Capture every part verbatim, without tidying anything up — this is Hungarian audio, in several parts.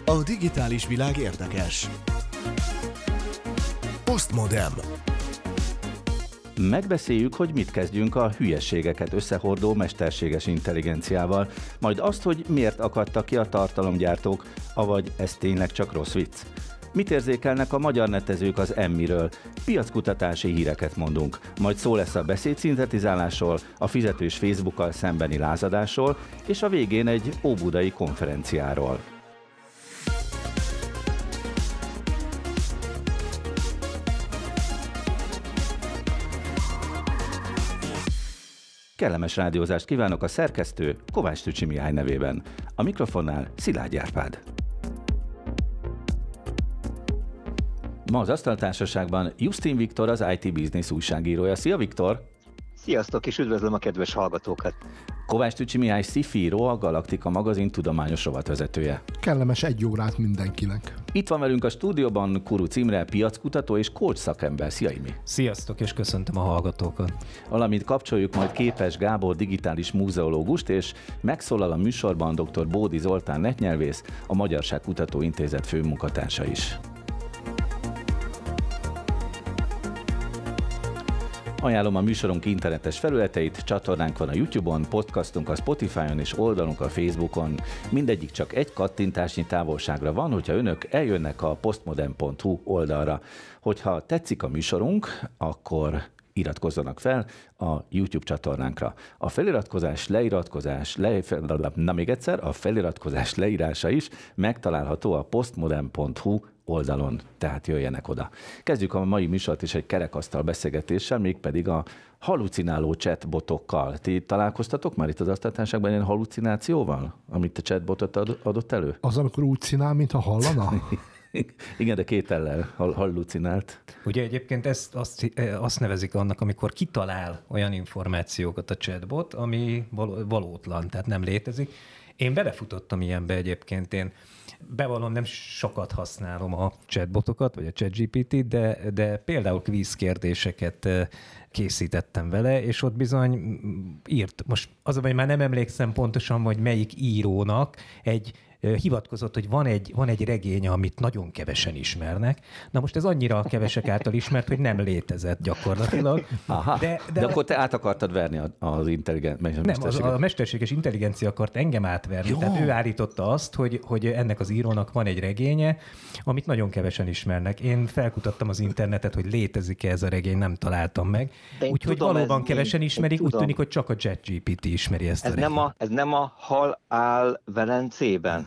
A digitális világ érdekes. Postmodem. Megbeszéljük, hogy mit kezdjünk a hülyeségeket összehordó mesterséges intelligenciával, majd azt, hogy miért akadtak ki a tartalomgyártók, avagy ez tényleg csak rossz vicc. Mit érzékelnek a magyar netezők az Emmiről? Piackutatási híreket mondunk, majd szó lesz a beszédszintetizálásról, a fizetős Facebookkal szembeni lázadásról, és a végén egy óbudai konferenciáról. Kellemes rádiózást kívánok a szerkesztő Kovács Tücsi Mihály nevében. A mikrofonnál Szilágy Árpád. Ma az Asztaltársaságban Justin Viktor, az i té Business újságírója. Szia Viktor! Sziasztok, és üdvözlöm a kedves hallgatókat! Kovács Tücsi Mihály szifíró, a Galaktika magazin tudományos rovatvezetője. Kellemes egy órát mindenkinek. Itt van velünk a stúdióban Kuruc Imre, piackutató és coach szakember. Szia Imi! Sziasztok, és köszöntöm a hallgatókat! Valamint kapcsoljuk majd Képes Gábor, digitális múzeológust, és megszólal a műsorban dr. Bódi Zoltán netnyelvész, a Magyarság Kutató Intézet főmunkatársa is. Ajánlom a műsorunk internetes felületeit, csatornánk van a YouTube-on, podcastunk a Spotify-on és oldalunk a Facebookon. Mindegyik csak egy kattintásnyi távolságra van, hogyha önök eljönnek a postmodern pont hu oldalra. Hogyha tetszik a műsorunk, akkor iratkozzanak fel a YouTube csatornánkra. A feliratkozás, leiratkozás, le... na még egyszer, a feliratkozás leírása is megtalálható a postmodern pont hu oldalon, tehát jöjjenek oda. Kezdjük a mai műsort is egy kerekasztal beszélgetéssel, mégpedig a halucináló chatbotokkal. Ti találkoztatok már itt az Asztaltársaságban ilyen halucinációval, amit a chatbotot adott elő? Az, amikor úgy csinál, mintha hallana? Igen, de kétellel hallucinált. Ugye egyébként ezt, azt, azt nevezik annak, amikor kitalál olyan információkat a chatbot, ami valótlan, tehát nem létezik. Én belefutottam ilyenbe egyébként, én bevallom, nem sokat használom a chatbotokat, vagy a ChatGPT-t, de, de például kvízkérdéseket készítettem vele, és ott bizony írt. Most az, hogy már nem emlékszem pontosan, hogy melyik írónak egy hivatkozott, hogy van egy, van egy regény, amit nagyon kevesen ismernek. Na most ez annyira kevesek által ismert, hogy nem létezett gyakorlatilag. Aha, de, de, de akkor te át akartad verni az intelligencia. Nem, az, a mesterséges intelligencia akart engem átverni. Jó. Tehát ő állította azt, hogy, hogy ennek az írónak van egy regénye, amit nagyon kevesen ismernek. Én felkutattam az internetet, hogy létezik-e ez a regény, nem találtam meg. Úgyhogy valóban kevesen ismerik, úgy tűnik, hogy csak a ChatGPT ismeri ezt ez a regényt. Nem a, ez nem a hal áll Velencében?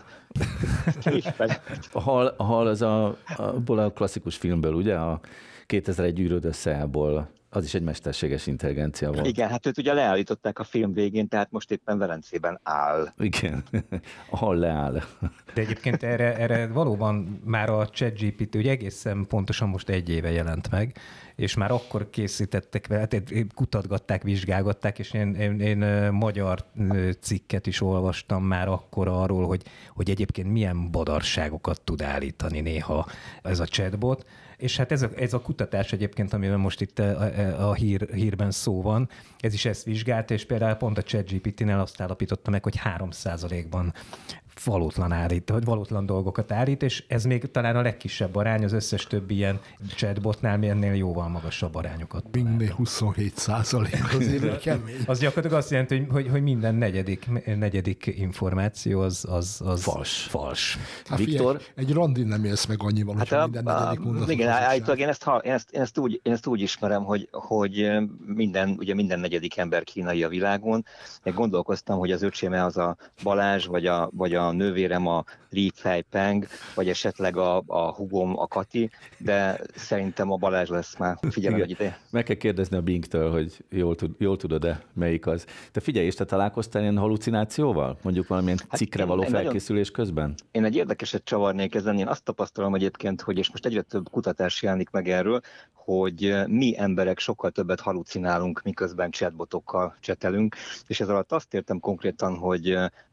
A hal, a hal az a, abból a klasszikus filmből, ugye? A kétezer-egy űröd összeából. Az is egy mesterséges intelligencia volt. Igen, hát őt ugye leállították a film végén, tehát most éppen Velencében áll. Igen, a hal leáll. De egyébként erre, erre valóban már a ChatGPT ugye egészen pontosan most egy éve jelent meg, és már akkor készítettek vele, kutatgatták, vizsgálgatták, és én, én, én magyar cikket is olvastam már akkor arról, hogy, hogy egyébként milyen badarságokat tud állítani néha ez a chatbot. És hát ez a, ez a kutatás egyébként, amiben most itt a, a hír, hírben szó van, ez is ezt vizsgálta, és például pont a ChatGPT-nél azt állapította meg, hogy három százalékban valótlan állít, vagy valótlan dolgokat állít, és ez még talán a legkisebb arány, az összes többi ilyen chatbotnál ennél jóval magasabb arányokat. Bingnél huszonhét százalék, azért kemény. Az gyakorlatilag azt jelenti, hogy, hogy, hogy minden negyedik, negyedik információ az, az, az fals. fals. Hát Viktor? Figyelj, egy randin nem élsz meg annyival, Hát hogyha a, minden negyedik mondatot. Igen, állítólag én ezt, én, ezt, én, ezt úgy, én ezt úgy ismerem, hogy, hogy minden, ugye minden negyedik ember kínai a világon. Én gondolkoztam, hogy az öcséme az a Balázs, vagy a, vagy a nővérem a Li Feipeng, vagy esetleg a, a hugom a Kati, de szerintem a Balázs lesz már. Figyelem, hogy ide. Meg kell kérdezni a Bingtől, hogy jól, tud, jól tudod-e, melyik az. Te figyelj, és te találkoztál ilyen halucinációval? Mondjuk valamilyen hát cikkre való felkészülés nagyon, közben? Én egy érdekeset csavarnék ezen. Én azt tapasztalom egyébként, hogy és most egyre több kutatás jelenik meg erről, hogy mi emberek sokkal többet halucinálunk, miközben chatbotokkal csetelünk, és ez alatt azt értem konkrétan, hogy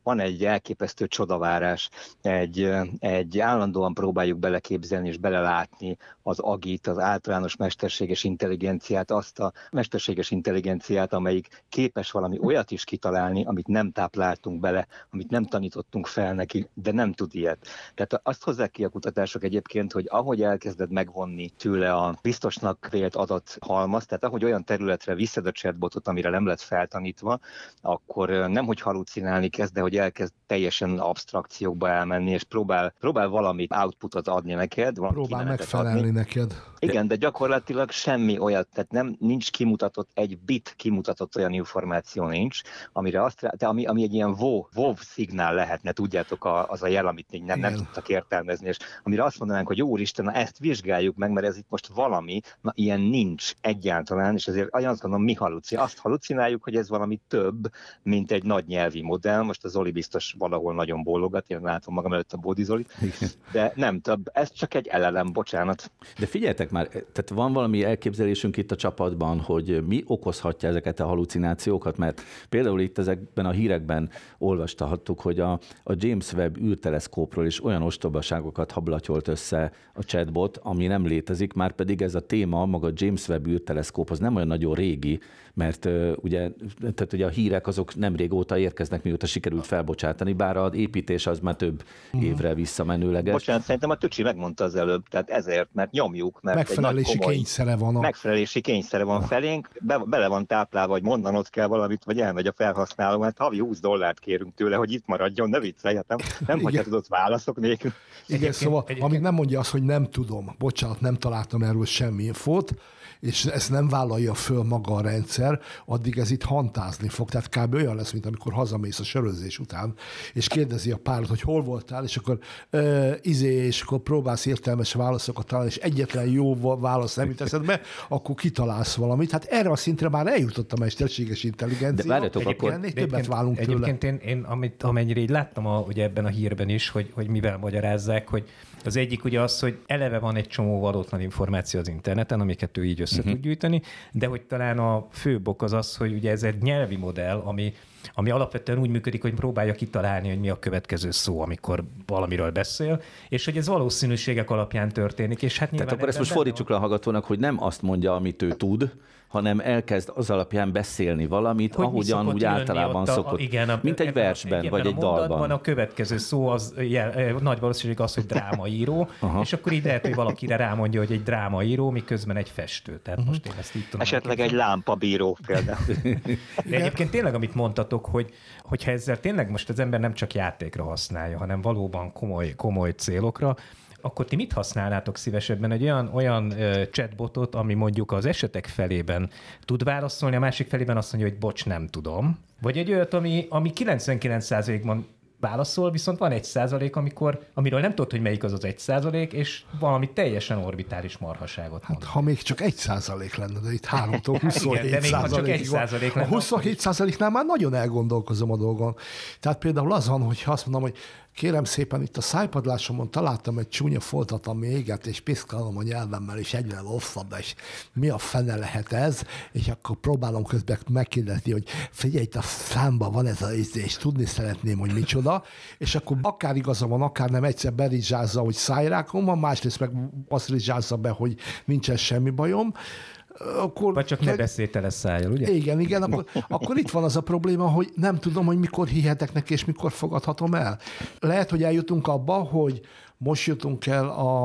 van egy elképesztő csodavárás, egy, egy állandóan próbáljuk beleképzelni és belelátni az agit, az általános mesterséges intelligenciát, azt a mesterséges intelligenciát, amelyik képes valami olyat is kitalálni, amit nem tápláltunk bele, amit nem tanítottunk fel neki, de nem tud ilyet. Tehát azt hozzák ki a kutatások egyébként, hogy ahogy elkezded megvonni tőle a biztosnak vélt adathalmaz, tehát ahogy olyan területre viszed a chatbotot, amire nem lett feltanítva, akkor nem hogy halucinálni kezd, de hogy elkezd teljesen absztrakciókba elmenni, és próbál, próbál valamit outputot adni neked. Próbál megfelelni adni. neked. Igen, de gyakorlatilag semmi olyat, tehát nem, nincs kimutatott, egy bit kimutatott olyan információ nincs, amire azt, de ami, ami egy ilyen wow, wow szignál lehetne, tudjátok, a, az a jel, amit nem, nem tudtak értelmezni, és amire azt mondanánk, hogy úristen, na ezt vizsgáljuk meg, mert ez itt most valami, na ilyen nincs egyáltalán, és ezért azt gondolom, mi halucináljuk. Azt halucináljuk, hogy ez valami több, mint egy nagy nyelvi modell. Most a Zoli biztos valahol nagyon bólogat, én látom magam előtt a Bódi Zolit, de nem több, ez csak egy elelem, bocsánat. De figyeljetek már, tehát van valami elképzelésünk itt a csapatban, hogy mi okozhatja ezeket a halucinációkat, mert például itt ezekben a hírekben olvashattuk, hogy a, a James Webb űrteleszkópról is olyan ostobaságokat hablatyolt össze a chatbot, ami nem létezik, már pedig ez a téma, maga a James Webb űrteleszkóp, az nem olyan nagyon régi, mert uh, ugye, tehát ugye a hírek azok nem régóta érkeznek, mióta sikerült felbocsátani, bár az építés az már több évre visszamenőleges. Bocsánat, szerintem a Tücsi megmondta az előbb, tehát ezért, mert nyomjuk, mert megfelelési egy komoly, kényszere van. A... Megfelelési kényszere van felénk, be, bele van táplálva, hogy mondanod kell valamit, vagy elmegy a felhasználó, hát havi húsz dollárt kérünk tőle, hogy itt maradjon, ne vicceljetem, nem hagyja tudott válaszok nélkül. Igen, egyébként, szóval, egyébként... amíg nem mondja azt, hogy nem tudom, bocsánat, nem találtam erről semmi infót, és ezt nem vállalja föl maga a rendszer, addig ez itt hantázni fog. Tehát kb. Olyan lesz, mint amikor hazamész a sörözés után, és kérdezi a párod, hogy hol voltál, és akkor uh, izé, és akkor próbálsz értelmes válaszokat találni, és egyetlen jó válasz nem jut eszedbe, akkor kitalálsz valamit. Hát erre a szintre már eljutott a mesterséges intelligencia. De várjatok, akkor... Ennél többet válunk tőle. Egyébként én, én amit, amennyire így láttam a, ugye ebben a hírben is, hogy, hogy mivel magyarázzák, hogy az egyik ugye az, hogy eleve van egy csomó valótlan információ az interneten, amiket ő így össze uh-huh. tud gyűjteni, de hogy talán a főbb ok az az, hogy ugye ez egy nyelvi modell, ami, ami alapvetően úgy működik, hogy próbálja kitalálni, hogy mi a következő szó, amikor valamiről beszél, és hogy ez valószínűségek alapján történik. És hát tehát akkor ezt most fordítsuk le a hallgatónak, hogy nem azt mondja, amit ő tud, hanem elkezd az alapján beszélni valamit, hogy ahogyan úgy általában a, szokott. Igen, a, mint egy versben, igen, vagy egy a dalban. A következő szó az jel, nagy valószínűség az, hogy drámaíró, és akkor így lehet, hogy valakire rámondja, hogy egy drámaíró, miközben egy festő. Tehát uh-huh. most én ezt így tudom. Esetleg egy lámpabíró például. De egyébként tényleg, amit mondtatok, hogy hogyha ezzel tényleg most az ember nem csak játékra használja, hanem valóban komoly, komoly célokra, akkor ti mit használnátok szívesebben? Egy olyan, olyan uh, chatbotot, ami mondjuk az esetek felében tud válaszolni, a másik felében azt mondja, hogy bocs, nem tudom. Vagy egy olyat, ami, ami kilencvenkilenc százalékban válaszol, viszont van egy százalék, amikor, amiről nem tudod, hogy melyik az az egy százalék, és valami teljesen orbitális marhaságot mond. Hát, ha még csak egy százalék lenne, de itt háromtól huszonhét százalék A huszonhét százaléknál már nagyon elgondolkozom a dolgon. Tehát például az van, hogy azt mondom, hogy kérem szépen, itt a szájpadlásomon találtam egy csúnya foltatlan méget, és piszkálom a nyelvemmel, és egyre rosszabb, és mi a fene lehet ez? És akkor próbálom közben megkérdezni, hogy figyelj, itt a számban van ez a ízé, és tudni szeretném, hogy micsoda, és akkor akár igaza van, akár nem, egyszer berizsázza, hogy szájrákom van, másrészt meg azt rizsázza be, hogy nincsen semmi bajom. Akkor, vagy csak ne beszélj tele szájjal, ugye? Igen, igen, akkor, akkor itt van az a probléma, hogy nem tudom, hogy mikor hihetek neki, és mikor fogadhatom el. Lehet, hogy eljutunk abba, hogy most jutunk el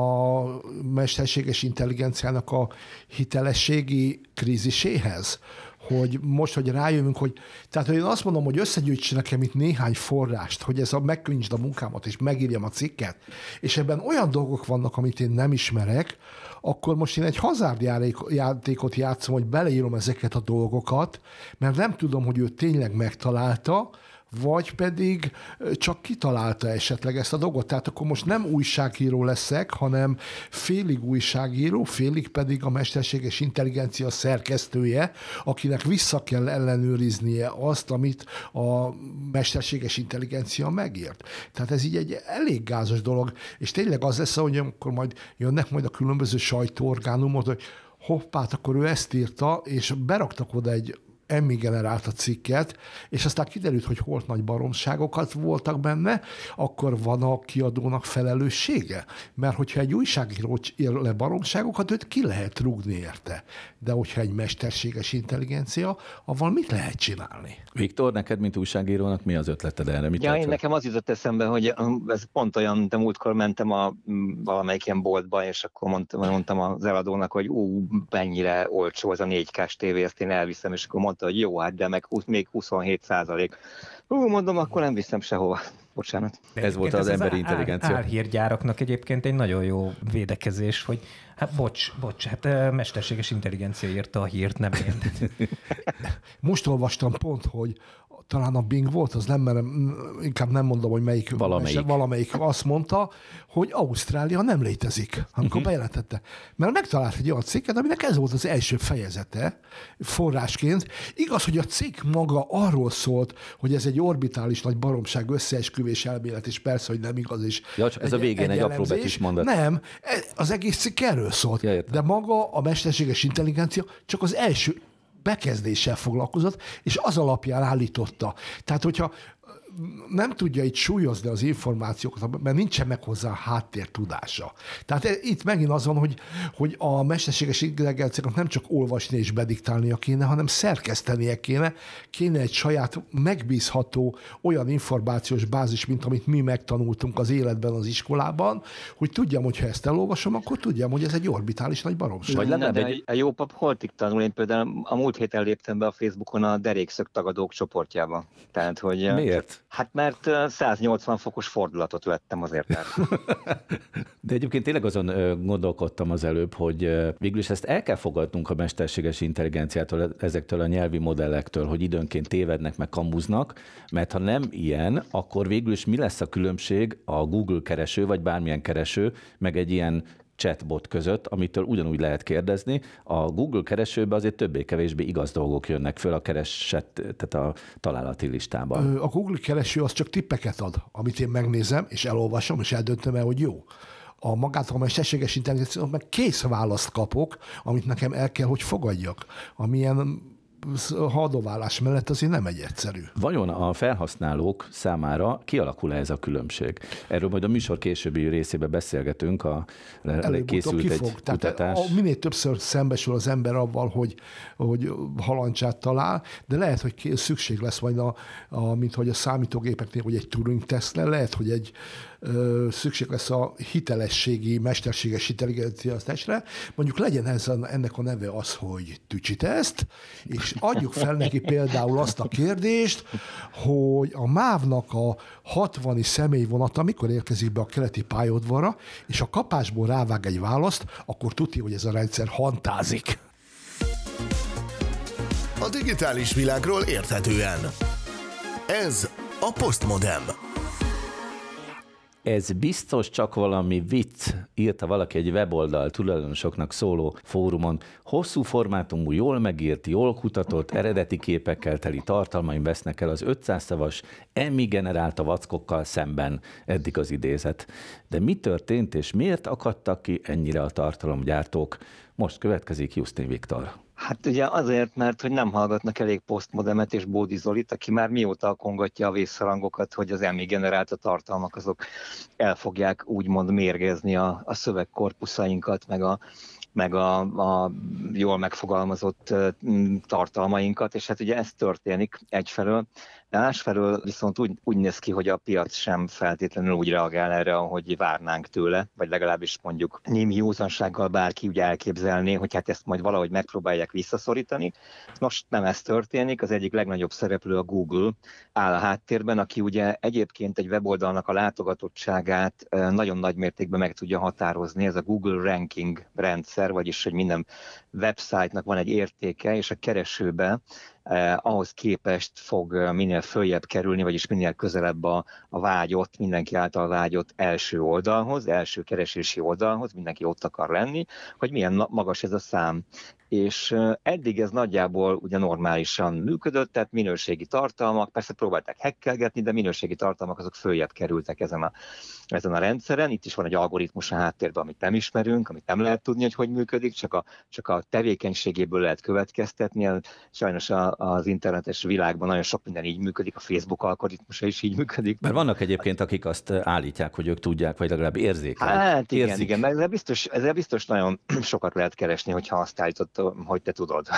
a mesterséges intelligenciának a hitelességi kríziséhez, hogy most, hogy rájövünk, hogy tehát, hogy én azt mondom, hogy összegyűjts nekem itt néhány forrást, hogy ez a megkönnyítsd a munkámat, és megírjam a cikket, és ebben olyan dolgok vannak, amit én nem ismerek, akkor most én egy hazárdjátékot játszom, hogy beleírom ezeket a dolgokat, mert nem tudom, hogy ő tényleg megtalálta, vagy pedig csak kitalálta esetleg ezt a dolgot. Tehát akkor most nem újságíró leszek, hanem félig újságíró, félig pedig a mesterséges intelligencia szerkesztője, akinek vissza kell ellenőriznie azt, amit a mesterséges intelligencia megírt. Tehát ez így egy elég gázos dolog, és tényleg az lesz, hogy akkor majd jönnek majd a különböző sajtóorgánumot, hogy hoppát, akkor ő ezt írta, és beraktak oda egy Emmy generált a cikket, és aztán kiderült, hogy holt nagy baromságokat voltak benne, akkor van a kiadónak felelőssége? Mert hogyha egy újságíró ír le baromságokat, őt ki lehet rúgni érte. De hogyha egy mesterséges intelligencia, avval mit lehet csinálni? Viktor, neked, mint újságírónak mi az ötleted erre? Mit ja, én fel? nekem az jutott eszembe, hogy ez pont olyan, de múltkor mentem a valamelyik ilyen boltba, és akkor mondtam, mondtam az eladónak, hogy ú, mennyire olcsó ez a négy kás tévé, ezt én elviszem, és akkor mondta, hogy jó, hát de meg húsz, még huszonhét százalék. Hú, mondom, akkor nem viszem sehova. Bocsánat. Ez volt az, az emberi intelligencia. Ál, álhírgyáraknak egyébként egy nagyon jó védekezés, hogy hát bocs, bocs, hát mesterséges intelligencia írta a hírt, nem én. Most olvastam pont, hogy talán a Bing volt, az nem merem, inkább nem mondom, hogy melyik. Valamelyik. Mese, valamelyik azt mondta, hogy Ausztrália nem létezik, amikor uh-huh. bejelentette. Mert megtalált egy olyan cikket, aminek ez volt az első fejezete forrásként. Igaz, hogy a cikk maga arról szólt, hogy ez egy orbitális nagy baromság, összeesküvés elmélet, és persze, hogy nem igaz. És ja, ez a végén egy, egy apró betűs mondat. Nem, az egész cikk erről szólt. Ja, de maga a mesterséges intelligencia csak az első bekezdéssel foglalkozott, és az alapján állította. Tehát, hogyha nem tudja itt súlyozni az információkat, mert nincsen meg hozzá a háttértudása. Tehát itt megint az van, hogy, hogy a mesterséges intelligenciának nem csak olvasni és bediktálnia kéne, hanem szerkesztenie kéne, kéne egy saját megbízható olyan információs bázis, mint amit mi megtanultunk az életben, az iskolában, hogy tudjam, hogy ha ezt elolvasom, akkor tudjam, hogy ez egy orbitális nagy baromság. Vagy legalább egy... A jó pap holtig tanul, én például a múlt héten léptem be a Facebookon a derékszögtagadók csoportjába. Tehát, hogy... Miért? Hát mert száznyolcvan fokos fordulatot vettem azért. De egyébként tényleg azon gondolkodtam az előbb, hogy végülis ezt el kell fogadnunk a mesterséges intelligenciától, ezektől a nyelvi modellektől, hogy időnként tévednek, meg kamuznak, mert ha nem ilyen, akkor végülis mi lesz a különbség a Google kereső, vagy bármilyen kereső, meg egy ilyen chatbot között, amitől ugyanúgy lehet kérdezni. A Google keresőbe azért többé-kevésbé igaz dolgok jönnek föl a keresett, tehát a találati listában. A Google kereső az csak tippeket ad, amit én megnézem, és elolvasom, és eldöntöm el, hogy jó. A magát a mesterséges intelligencia, meg kész választ kapok, amit nekem el kell, hogy fogadjak. Amilyen hadoválás mellett azért nem egy egyszerű. Vajon a felhasználók számára kialakul ez a különbség? Erről majd a műsor későbbi részében beszélgetünk, a készült egy kifog. kutatás. Tehát a, minél többször szembesül az ember avval, hogy, hogy halancsát talál, de lehet, hogy szükség lesz majd, a, a, mint hogy a számítógépeknél, hogy egy Turing-teszt, lehet, hogy egy ö, szükség lesz a hitelességi, mesterséges intelligencia-tesztre. Mondjuk legyen ez a, ennek a neve az, hogy tücsi-teszt, és adjuk fel neki például azt a kérdést, hogy a mávnak a hatvani személyvonata mikor érkezik be a keleti pályaudvarra, és a kapásból rávág egy választ, akkor tudja, hogy ez a rendszer hantázik. A digitális világról érthetően. Ez a Postmodem. Ez biztos csak valami vicc, írta valaki egy weboldal tulajdonosoknak szóló fórumon. Hosszú formátumú, jól megírt, jól kutatott, eredeti képekkel teli tartalmaim vesznek el az ötszáz szavas Emmy generálta vackokkal szemben, eddig az idézet. De mi történt és miért akadtak ki ennyire a tartalomgyártók? Most következik Justin Viktor. Hát ugye azért, mert hogy nem hallgatnak elég Postmodemet és Bódi Zolit, aki már mióta kongatja a vészharangokat, hogy az Emmy generálta tartalmak azok el fogják úgymond mérgezni a, a szövegkorpuszainkat, meg a meg a, a jól megfogalmazott tartalmainkat, és hát ugye ez történik egyfelől. De másfelől viszont úgy, úgy néz ki, hogy a piac sem feltétlenül úgy reagál erre, ahogy várnánk tőle, vagy legalábbis mondjuk némi józansággal bárki úgy elképzelné, hogy hát ezt majd valahogy megpróbálják visszaszorítani. Most nem ez történik, az egyik legnagyobb szereplő a Google áll a háttérben, aki ugye egyébként egy weboldalnak a látogatottságát nagyon nagy mértékben meg tudja határozni, ez a Google Ranking rendszer, vagyis hogy minden website-nak van egy értéke, és a keresőbe Eh, ahhoz képest fog minél följebb kerülni, vagyis minél közelebb a, a vágyott, mindenki által vágyott első oldalhoz, első keresési oldalhoz, mindenki ott akar lenni, hogy milyen magas ez a szám. És eddig ez nagyjából ugye normálisan működött, tehát minőségi tartalmak, persze próbálták hekkelgetni, de minőségi tartalmak azok följebb kerültek ezen a, ezen a rendszeren. Itt is van egy algoritmus a háttérben, amit nem ismerünk, amit nem lehet tudni, hogy hogy működik, csak a, csak a tevékenységéből lehet következtetni. Sajnos a, az internetes világban nagyon sok minden így működik, a Facebook algoritmusa is így működik. Mert vannak egyébként, akik azt állítják, hogy ők tudják, vagy legalább érzékelik. Hát igen, Érzik. igen, ezzel biztos, ezzel biztos nagyon sokat lehet keresni, hogyha azt állított, hogy te tudod.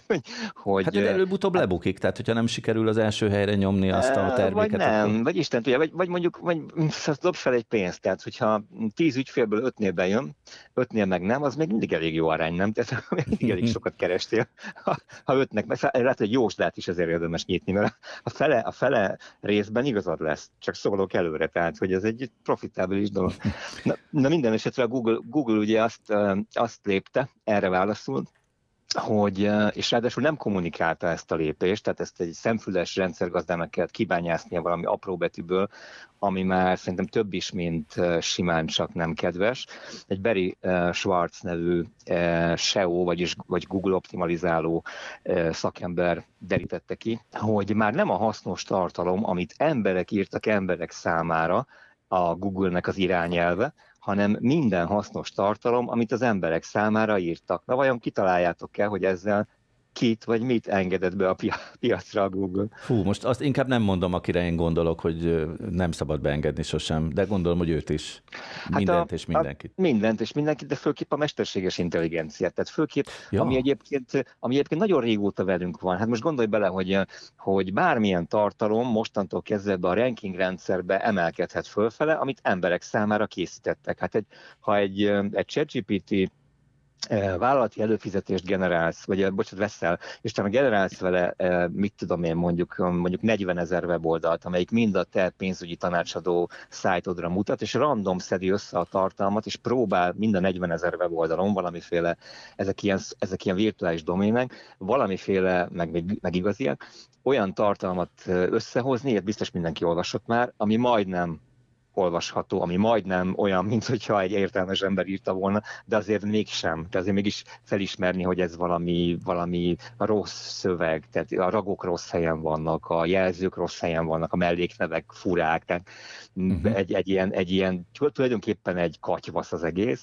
hogy, hát előbb-utóbb hát, lebukik, tehát hogyha nem sikerül az első helyre nyomni azt a terméket. Vagy nem, akkor... vagy Isten tudja, vagy, vagy mondjuk vagy, dobd fel egy pénzt, tehát hogyha tíz ügyfélből ötnél bejön, ötnél meg nem, az még mindig elég jó arány, nem? Tehát mindig elég sokat kerestél, ha, ha ötnek, mert lehet, hogy jósdát is azért érdemes nyitni, mert a fele, a fele részben igazad lesz, csak szólok előre, tehát hogy ez egy profitábilis dolog. Na, na minden esetre a Google, Google ugye azt, azt lépte, erre válaszult, hogy, és ráadásul nem kommunikálta ezt a lépést, tehát ezt egy szemfüles rendszergazdának kellett kibányásznia valami apró betűből, ami már szerintem több is, mint simán csak nem kedves. Egy Barry Schwartz nevű es e o, vagyis vagy Google optimalizáló szakember derítette ki, hogy már nem a hasznos tartalom, amit emberek írtak emberek számára, a Google-nek az irányelve, hanem minden hasznos tartalom, amit az emberek számára írtak. Na vajon kitaláljátok-e, hogy ezzel kit vagy mit engedett be a piacra a Google? Fú, most azt inkább nem mondom, akire én gondolok, hogy nem szabad beengedni sosem, de gondolom, hogy őt is. Mindent hát a, és mindenkit. A mindent és mindenkit, de főképp a mesterséges intelligenciát. Tehát főképp, ja. ami, egyébként, ami egyébként nagyon régóta velünk van. Hát most gondolj bele, hogy, hogy bármilyen tartalom mostantól kezdve be a ranking rendszerbe emelkedhet fölfele, amit emberek számára készítettek. Hát egy, ha egy, egy ChatGPT vállalati előfizetést generálsz, vagy bocsánat, veszel, és te generálsz vele, mit tudom én, mondjuk, mondjuk negyvenezer weboldalt, amelyik mind a te pénzügyi tanácsadó szájtodra mutat, és random szedi össze a tartalmat, és próbál mind a negyvenezer weboldalon valamiféle, ezek ilyen, ezek ilyen virtuális domének, valamiféle, meg, meg igaziak, olyan tartalmat összehozni, ilyet biztos mindenki olvasott már, ami majdnem olvasható, ami majdnem olyan, mint hogyha egy értelmes ember írta volna, de azért mégsem. De azért mégis felismerni, hogy ez valami, valami rossz szöveg, tehát a ragok rossz helyen vannak, a jelzők rossz helyen vannak, a melléknevek furák, tehát uh-huh. egy, egy, ilyen, egy ilyen, tulajdonképpen egy katyvasz az egész,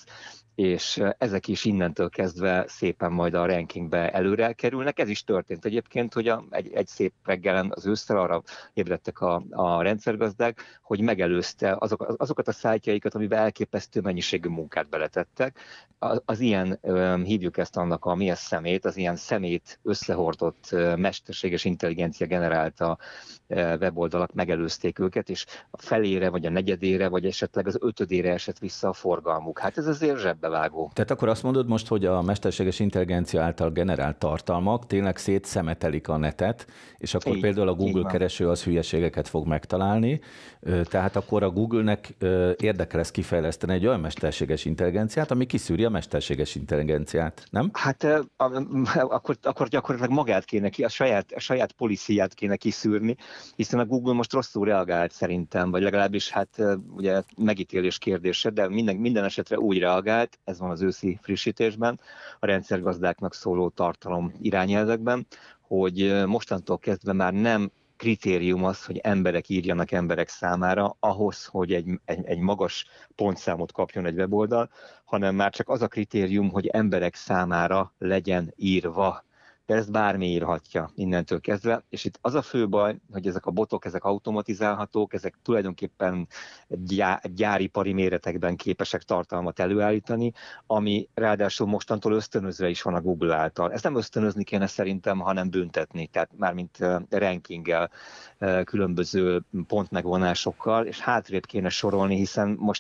és ezek is innentől kezdve szépen majd a rankingbe előre kerülnek. Ez is történt egyébként, hogy a, egy, egy szép reggelen az ősszel arra ébredtek a, a rendszergazdák, hogy megelőzte azok, azokat a szájtjaikat, amiben elképesztő mennyiségű munkát beletettek. Az, az ilyen, hívjuk ezt annak a mi szemét, az ilyen szemét összehordott mesterséges intelligencia generálta weboldalak megelőzték őket, és a felére, vagy a negyedére, vagy esetleg az ötödére esett vissza a forgalmuk. Hát ez azért zsebbevágó. Tehát akkor azt mondod most, hogy a mesterséges intelligencia által generált tartalmak tényleg szétszmetelik a netet, és akkor így, például a Google kereső az hülyeségeket fog megtalálni, tehát akkor a Google-nek érdekel lesz kifejleszteni egy olyan mesterséges intelligenciát, ami kiszűri a mesterséges intelligenciát, nem? Hát akkor, akkor gyakorlatilag magát kéne ki, a saját, a saját policyját kéne kiszűrni, hiszen a Google most rosszul reagált szerintem, vagy legalábbis hát ugye megítélés kérdése, de minden, minden esetre úgy reagált, ez van az őszi frissítésben, a rendszergazdáknak szóló tartalom irányelvekben, hogy mostantól kezdve már nem kritérium az, hogy emberek írjanak emberek számára ahhoz, hogy egy, egy, egy magas pontszámot kapjon egy weboldal, hanem már csak az a kritérium, hogy emberek számára legyen írva. De ezt bármi írhatja innentől kezdve, és itt az a fő baj, hogy ezek a botok, ezek automatizálhatók, ezek tulajdonképpen gyá, gyáripari méretekben képesek tartalmat előállítani, ami ráadásul mostantól ösztönözve is van a Google által. Ezt nem ösztönözni kéne szerintem, hanem büntetni, tehát mármint rankinggel, különböző pontmegvonásokkal, és hátrébb kéne sorolni, hiszen most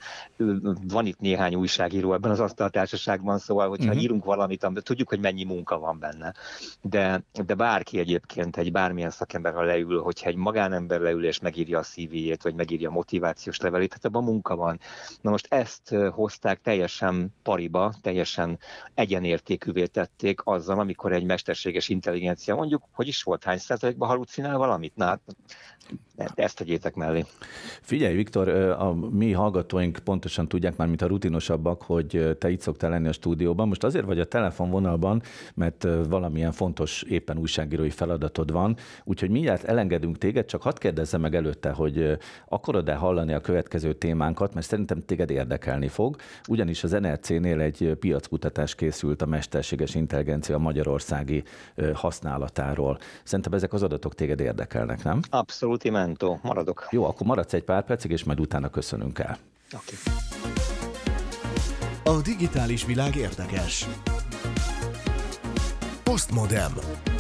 van itt néhány újságíró ebben az asztaltársaságban, szóval, hogyha uh-huh. írunk valamit, amit tudjuk, hogy mennyi munka van benne. De, de bárki egyébként, egy bármilyen szakember, ha leül, hogyha egy magánember leül és megírja a cé vé-jét, vagy megírja a motivációs levelét, hát abban munka van. Na most ezt hozták teljesen pariba, teljesen egyenértékűvé tették azzal, amikor egy mesterséges intelligencia, mondjuk, hogy is volt, hány százalékban halucinál valamit? Na, hát, ezt tegyétek mellé. Figyelj, Viktor, a mi hallgatóink pontosan tudják már, mint a rutinosabbak, hogy te itt szoktál lenni a stúdióban. Most azért vagy a telefonvonalban, mert valamilyen fontos éppen újságírói feladatod van, úgyhogy mindjárt elengedünk téged, csak hadd kérdezzem meg előtte, hogy akarod-e hallani a következő témánkat, mert szerintem téged érdekelni fog, ugyanis az en er cé-nél egy piackutatás készült a mesterséges intelligencia magyarországi használatáról. Szerintem ezek az adatok téged érdekelnek, nem? Abszolút immentó, maradok. Jó, akkor maradsz egy pár percig, és majd utána köszönünk el. Okay. A digitális világ érdekes. Postmodem.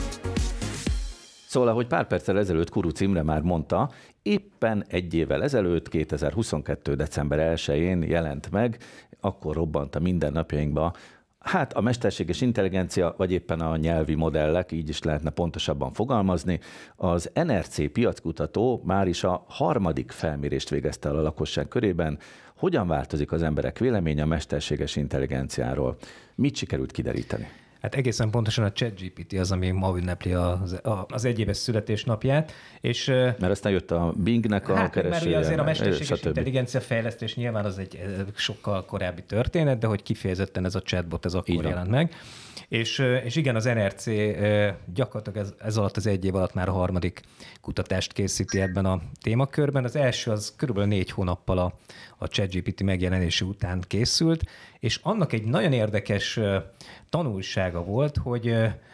Szóval, ahogy pár perccel ezelőtt Kuruc Imre már mondta, éppen egy évvel ezelőtt, kétezer-huszonkettő. december elsején jelent meg, akkor robbant a mindennapjainkba, hát a mesterséges intelligencia, vagy éppen a nyelvi modellek, így is lehetne pontosabban fogalmazni. Az en er cé piackutató már is a harmadik felmérést végezte el a lakosság körében. Hogyan változik az emberek véleménye a mesterséges intelligenciáról? Mit sikerült kideríteni? Hát egészen pontosan a ChatGPT az, ami ma ünnepli az, az egyéves születésnapját. És, mert aztán jött a Bingnek a hát, keresője. Mert ugye azért a mesterséges intelligencia fejlesztés nyilván az egy sokkal korábbi történet, de hogy kifejezetten ez a chatbot, ez akkor jelent meg. És, és igen, az en er cé gyakorlatilag ez, ez alatt az egy év alatt már a harmadik kutatást készíti ebben a témakörben. Az első az körülbelül négy hónappal a, a ChatGPT megjelenése után készült, és annak egy nagyon érdekes tanulsága volt, hogy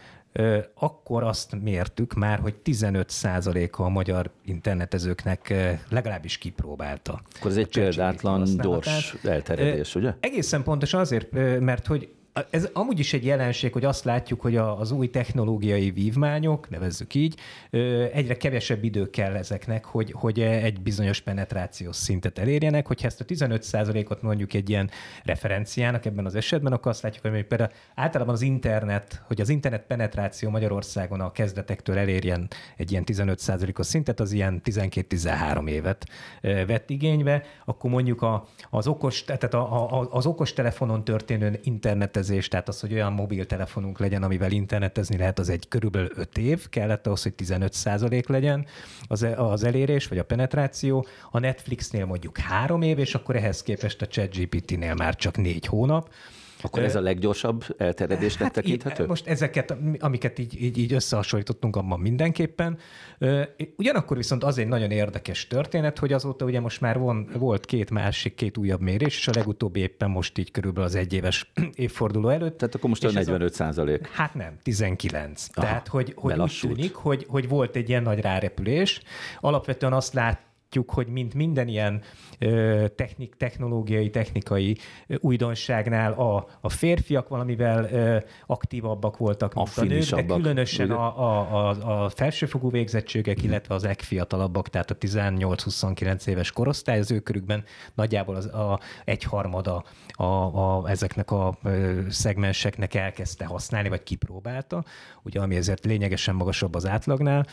akkor azt mértük már, hogy tizenöt százaléka a magyar internetezőknek legalábbis kipróbálta. Akkor ez egy példátlan gyors elterjedés, ugye? Egészen pontosan azért, mert hogy ez amúgy is egy jelenség, hogy azt látjuk, hogy az új technológiai vívmányok, nevezzük így, egyre kevesebb idő kell ezeknek, hogy, hogy egy bizonyos penetrációs szintet elérjenek. Hogyha ezt a tizenöt százalékot mondjuk egy ilyen referenciának ebben az esetben, akkor azt látjuk, hogy például általában az internet, hogy az internet penetráció Magyarországon a kezdetektől elérjen egy ilyen tizenöt százalékos szintet, az ilyen tizenkét-tizenhárom évet vett igénybe, akkor mondjuk a, az, okos, tehát a, a, az okostelefonon történő internet, tehát az, hogy olyan mobiltelefonunk legyen, amivel internetezni lehet, az egy körülbelül öt év kellett ahhoz, hogy tizenöt százalék legyen az, az elérés, vagy a penetráció. A Netflixnél mondjuk három év, és akkor ehhez képest a ChatGPT-nél már csak négy hónap. Akkor ez a leggyorsabb elterjedésnek hát tekinthető? Így, most ezeket, amiket így, így, így összehasonlítottunk, abban mindenképpen. Ugyanakkor viszont az egy nagyon érdekes történet, hogy azóta ugye most már von, volt két másik, két újabb mérés, és a legutóbbi éppen most így körülbelül az egyéves évforduló előtt. Tehát akkor most a negyvenöt százalék. Hát nem, tizenkilenc. Aha, tehát, hogy, hogy úgy tűnik, hogy, hogy volt egy ilyen nagy rárepülés. Alapvetően azt lát, hogy mint minden ilyen technik, technológiai, technikai újdonságnál a, a férfiak valamivel aktívabbak voltak, mint a, a nők, de különösen a, a, a, a felsőfokú végzettségek, illetve az legfiatalabbak, tehát a tizennyolc-huszonkilenc éves korosztály, az ő körükben nagyjából az, a egyharmada a, a, ezeknek a szegmenseknek elkezdte használni, vagy kipróbálta, ugye, ami ezért lényegesen magasabb az átlagnál.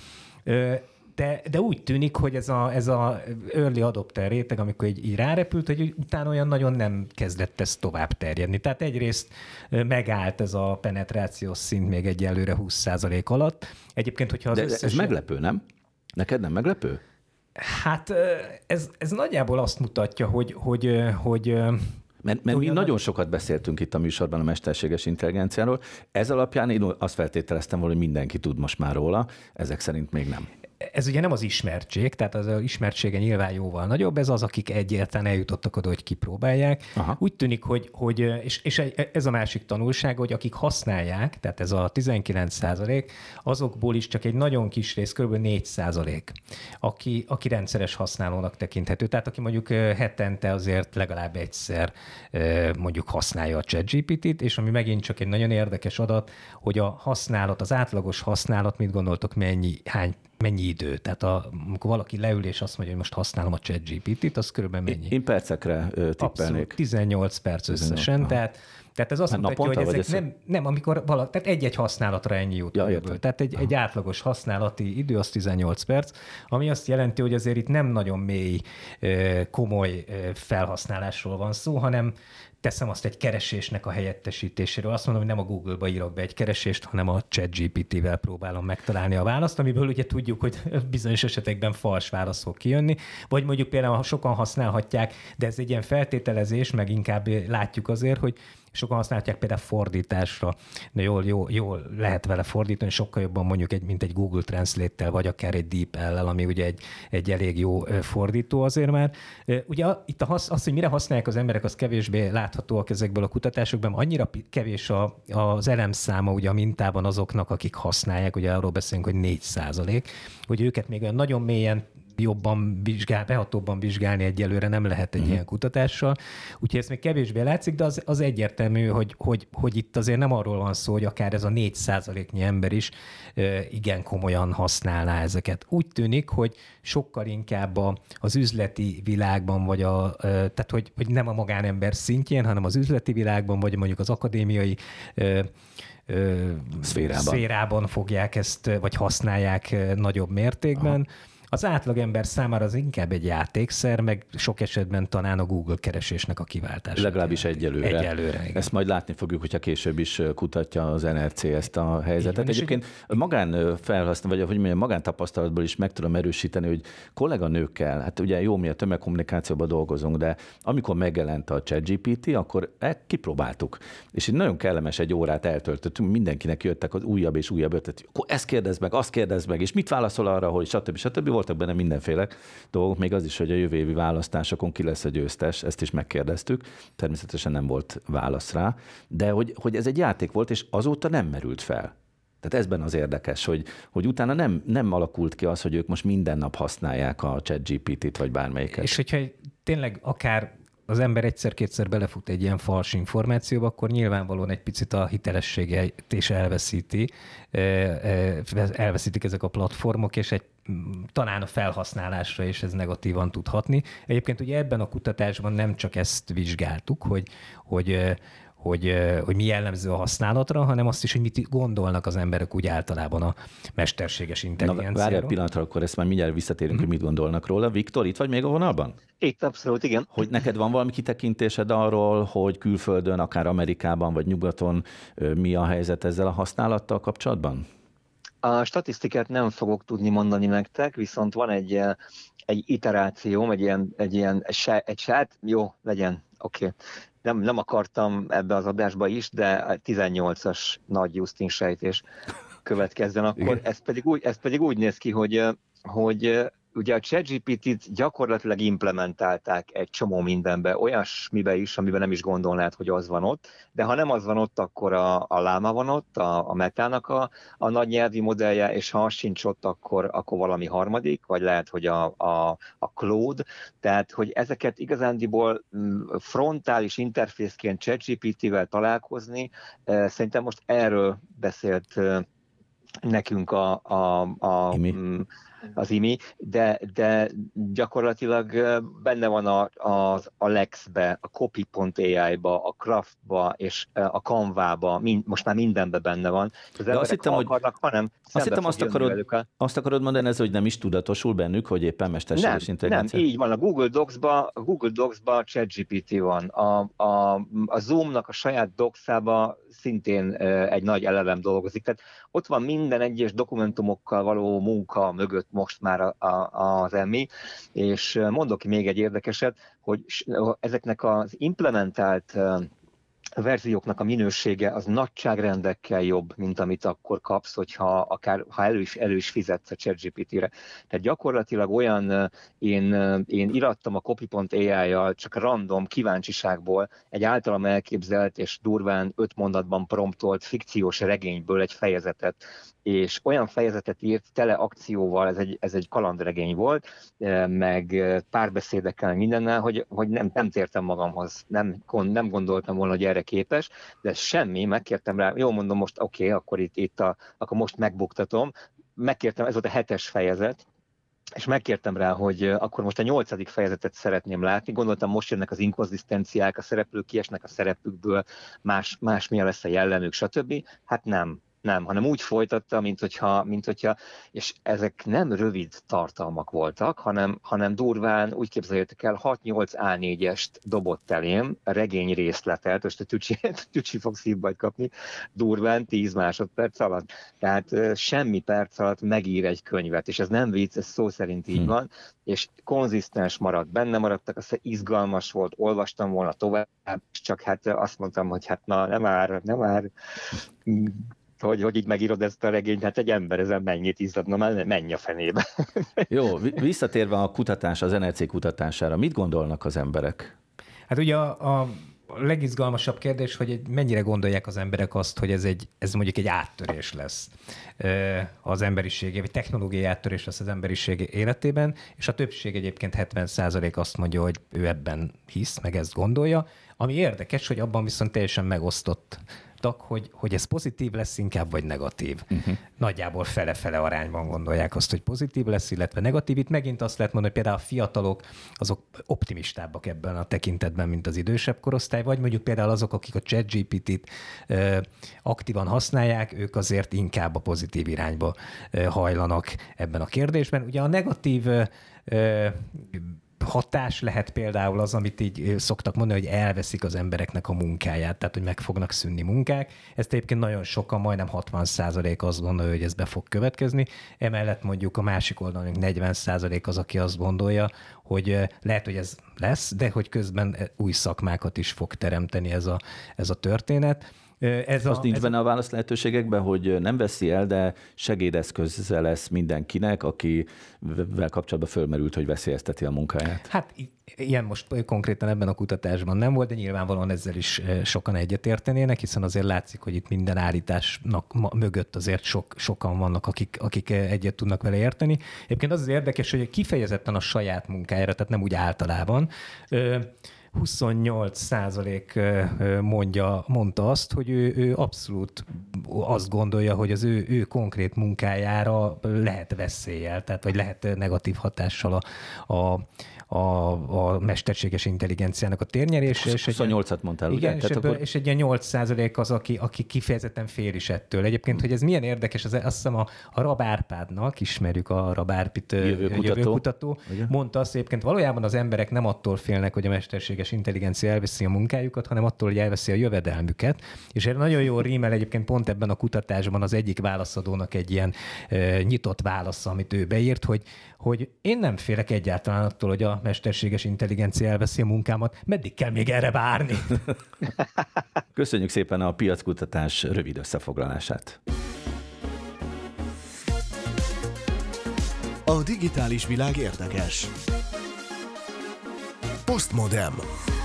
De, de úgy tűnik, hogy ez a, ez a early adopter réteg, amikor így, így rárepült, hogy utána olyan nagyon nem kezdett ez tovább terjedni. Tehát egyrészt megállt ez a penetrációs szint még egyelőre húsz százalék alatt. Egyébként, hogyha az de összes... ez meglepő, nem? Neked nem meglepő? Hát ez, ez nagyjából azt mutatja, hogy... hogy, hogy Mert, mert mi nagyon sokat beszéltünk itt a műsorban a mesterséges intelligenciáról. Ez alapján én azt feltételeztem volna, hogy mindenki tud most már róla, ezek szerint még nem. Ez ugye nem az ismertség, tehát az ismertsége nyilván jóval nagyobb, ez az, akik egyáltalán eljutottak oda, hogy kipróbálják. Aha. Úgy tűnik, hogy, hogy és, és ez a másik tanulság, hogy akik használják, tehát ez a tizenkilenc százalék, azokból is csak egy nagyon kis rész, kb. négy százalék, aki, aki rendszeres használónak tekinthető. Tehát aki mondjuk hetente azért legalább egyszer mondjuk használja a ChatGPT-t, és ami megint csak egy nagyon érdekes adat, hogy a használat, az átlagos használat, mit gondoltok, mennyi, hány mennyi idő? Tehát a, amikor valaki leül és azt mondja, hogy most használom a ChatGPT-t, az körülbelül mennyi? Én percekre tippelnék. Abszolút, tizennyolc perc összesen, tehát, tehát ez azt hát mutatja, hogy ezek ez nem, nem, amikor valaki, tehát egy-egy használatra ennyi jut. Ja, tehát egy, egy átlagos használati idő az tizennyolc perc, ami azt jelenti, hogy azért itt nem nagyon mély, komoly felhasználásról van szó, hanem teszem azt egy keresésnek a helyettesítéséről. Azt mondom, hogy nem a Google-ba írok be egy keresést, hanem a ChatGPT-vel próbálom megtalálni a választ, amiből ugye tudjuk, hogy bizonyos esetekben fals válasz fog kijönni. Vagy mondjuk például sokan használhatják, de ez egy ilyen feltételezés, meg inkább látjuk azért, hogy sokan használják például fordításra, de jól, jól, jól lehet vele fordítani, sokkal jobban mondjuk, egy, mint egy Google Translate-tel, vagy akár egy DeepL-lel, ami ugye egy, egy elég jó fordító azért már. Ugye itt a hasz, az, hogy mire használják az emberek, az kevésbé láthatóak ezekből a kutatásokban, annyira kevés a, az elemszáma ugye a mintában azoknak, akik használják, ugye arról beszélünk, hogy négy százalék, hogy őket még olyan nagyon mélyen jobban vizsgál, behatóbban vizsgálni egyelőre nem lehet egy uh-huh. ilyen kutatással. Úgyhogy ez még kevésbé látszik, de az, az egyértelmű, hogy, hogy, hogy itt azért nem arról van szó, hogy akár ez a négy százaléknyi ember is e, igen komolyan használná ezeket. Úgy tűnik, hogy sokkal inkább a, az üzleti világban, vagy a, e, tehát hogy, hogy nem a magánember szintjén, hanem az üzleti világban, vagy mondjuk az akadémiai e, szférában. szférában fogják ezt, vagy használják nagyobb mértékben. Aha. Az átlagember számára az inkább egy játékszer, meg sok esetben talán a Google keresésnek a kiváltása. Legalábbis egyelőre. Egyelőre, igen. Ezt majd látni fogjuk, hogyha később is kutatja az en er cé ezt a helyzetet. Igen, egyébként így... magán felhasznál, vagy hogy mondjam, magántapasztalatból is meg tudom erősíteni, hogy kolléganőkkel, hát ugye jó, mi a tömegkommunikációban dolgozunk, de amikor megjelent a ChatGPT, akkor kipróbáltuk. És így nagyon kellemes egy órát eltöltöttünk, mindenkinek jöttek az újabb és újabb ötlet. Akkor ezt kérdezd meg, azt kérdezd meg, és mit válaszol arra, hogy stb. stb. Voltak benne mindenféle dolgok, még az is, hogy a jövő évi választásokon ki lesz a győztes, ezt is megkérdeztük, természetesen nem volt válasz rá, de hogy, hogy ez egy játék volt, és azóta nem merült fel. Tehát ezben az érdekes, hogy, hogy utána nem, nem alakult ki az, hogy ők most minden nap használják a ChatGPT-t, vagy bármelyiket. És hogyha tényleg akár az ember egyszer-kétszer belefut egy ilyen fals információba, akkor nyilvánvalóan egy picit a hitelességet is elveszíti, elveszítik ezek a platformok, és egy, talán a felhasználásra is ez negatívan tud hatni. Egyébként ugye ebben a kutatásban nem csak ezt vizsgáltuk, hogy, hogy Hogy, hogy mi jellemző a használatra, hanem azt is, hogy mit gondolnak az emberek úgy általában a mesterséges intelligenciáról. Na, várj egy pillanatra, akkor ezt már mindjárt visszatérünk, mm-hmm. hogy mit gondolnak róla. Viktor, itt vagy még a vonalban? Itt abszolút, igen. Hogy neked van valami kitekintésed arról, hogy külföldön, akár Amerikában vagy nyugaton mi a helyzet ezzel a használattal kapcsolatban? A statisztikát nem fogok tudni mondani nektek, viszont van egy, egy iterációm, egy ilyen, egy ilyen egy sát, jó, legyen, oké. Okay. Nem, nem akartam ebbe az adásba is, de tizennyolcas nagy Justin sejtés következzen akkor. Ez pedig, úgy, ez pedig úgy néz ki, hogy, hogy ugye a ChatGPT-t gyakorlatilag implementálták egy csomó mindenbe, olyasmibe is, amiben nem is gondolnád, hogy az van ott, de ha nem az van ott, akkor a, a Llama van ott, a, a Metának a, a nagy nyelvi modellje, és ha az sincs ott, akkor, akkor valami harmadik, vagy lehet, hogy a, a, a Claude, tehát, hogy ezeket igazándiból frontális interfészként ChatGPT-vel találkozni, szerintem most erről beszélt nekünk a, a, a az imi, de, de gyakorlatilag benne van a, az Alex-be, a copy pont á i-ba, a Craft-ba és a Canva-ba, mind, most már mindenben benne van. Az de azt hittem, hogy akarnak, hanem azt, hittem azt, akarod, azt akarod mondani, ez, hogy nem is tudatosul bennük, hogy éppen mesterséges intelligencia? Nem, így van. A Google Docs-ba, a Google Docs-ba ChatGPT van. A, a, a Zoom-nak a saját Docs-ába szintén egy nagy elevem dolgozik. Tehát ott van minden egyes dokumentumokkal való munka mögött most már a, a, az emmi, és mondok még egy érdekeset, hogy ezeknek az implementált verzióknak a minősége az nagyságrendekkel jobb, mint amit akkor kapsz, hogyha akár ha elő is, elő is fizetsz a ChatGPT-re. Tehát gyakorlatilag olyan, én, én irattam a copy pont á i-jal csak random kíváncsiságból egy általam elképzelt és durván öt mondatban promptolt fikciós regényből egy fejezetet, és olyan fejezetet írt tele akcióval, ez egy, ez egy kalandregény volt, meg párbeszédekkel mindennel, hogy, hogy nem, nem tértem magamhoz, nem, nem gondoltam volna, hogy erre képes, de semmi, megkértem rá, jó mondom most, oké, okay, akkor itt, itt a, akkor most megbuktatom, megkértem, ez volt a hetes fejezet, és megkértem rá, hogy akkor most a nyolcadik fejezetet szeretném látni, gondoltam, most jönnek az inkonzisztenciák, a szereplők kiesnek a szerepükből, más, más milyen lesz a jellemük, stb. Hát nem. nem, hanem úgy folytatta, mint hogyha, mint hogyha, és ezek nem rövid tartalmak voltak, hanem, hanem durván úgy képzeljétek el, hat-nyolc á négyest dobott elém, regény részletet, most a Tücsi, tücsi fog szívbajt kapni, durván tíz másodperc alatt. Tehát semmi perc alatt megír egy könyvet, és ez nem vicc, ez szó szerint így hmm. van, és konzisztens maradt, benne maradtak, aztán izgalmas volt, olvastam volna tovább, csak hát azt mondtam, hogy hát na, nem már, nem már, hogy, hogy így megírod ezt a regényt, hát egy ember ezen mennyit izzadna, már menj a fenébe. Jó, visszatérve a kutatás, az en er cé kutatására, mit gondolnak az emberek? Hát ugye a, a legizgalmasabb kérdés, hogy mennyire gondolják az emberek azt, hogy ez, egy, ez mondjuk egy áttörés lesz az emberiség, vagy technológiai áttörés lesz az emberiség életében, és a többség egyébként hetven százalék azt mondja, hogy ő ebben hisz, meg ezt gondolja. Ami érdekes, hogy abban viszont teljesen megosztott, hogy, hogy ez pozitív lesz inkább, vagy negatív. Uh-huh. Nagyjából fele-fele arányban gondolják azt, hogy pozitív lesz, illetve negatív. Itt megint azt lehet mondani, hogy például a fiatalok azok optimistábbak ebben a tekintetben, mint az idősebb korosztály, vagy mondjuk például azok, akik a ChatGPT-t uh, aktívan használják, ők azért inkább a pozitív irányba uh, hajlanak ebben a kérdésben. Ugye a negatív uh, uh, hatás lehet például az, amit így szoktak mondani, hogy elveszik az embereknek a munkáját, tehát hogy meg fognak szűnni munkák. Ezt egyébként nagyon sokan, majdnem hatvan százalék azt gondolja, hogy ez be fog következni. Emellett mondjuk a másik oldalon negyven százalék az, aki azt gondolja, hogy lehet, hogy ez lesz, de hogy közben új szakmákat is fog teremteni ez a, ez a történet. Ez az a, nincs ez benne a... a válasz lehetőségekben, hogy nem veszi el, de segédeszköze lesz mindenkinek, akivel kapcsolatban fölmerült, hogy veszélyezteti a munkáját. Hát ilyen most konkrétan ebben a kutatásban nem volt, de nyilvánvalóan ezzel is sokan egyetértenének, hiszen azért látszik, hogy itt minden állításnak mögött azért sok, sokan vannak, akik, akik egyet tudnak vele érteni. Egyébként az az érdekes, hogy kifejezetten a saját munkájára, tehát nem úgy általában, huszonnyolc százalék mondja, mondta azt, hogy ő, ő abszolút azt gondolja, hogy az ő, ő konkrét munkájára lehet veszéllyel, tehát vagy lehet negatív hatással a, a, a, a mesterséges intelligenciának a térnyerése. huszonnyolcat mondtál, ugye? Igen, és, ebből, akkor... és egy ilyen nyolc százalék az, aki, aki kifejezetten fél is ettől. Egyébként, hogy ez milyen érdekes, az, azt hiszem a, a Rab Árpádnak, ismerjük a Rab Árpit jövőkutató, jövőkutató mondta azt, hogy egyébként valójában az emberek nem attól félnek, hogy a mesterséges intelligencia elveszi a munkájukat, hanem attól, hogy elveszi a jövedelmüket. És erre nagyon jó rímel egyébként pont ebben a kutatásban az egyik válaszadónak egy ilyen e, nyitott válasza, amit ő beírt, hogy, hogy én nem félek egyáltalán attól, hogy a mesterséges intelligencia elveszi a munkámat, meddig kell még erre várni? Köszönjük szépen a piackutatás rövid összefoglalását. A digitális világ érdekes. Postmodem.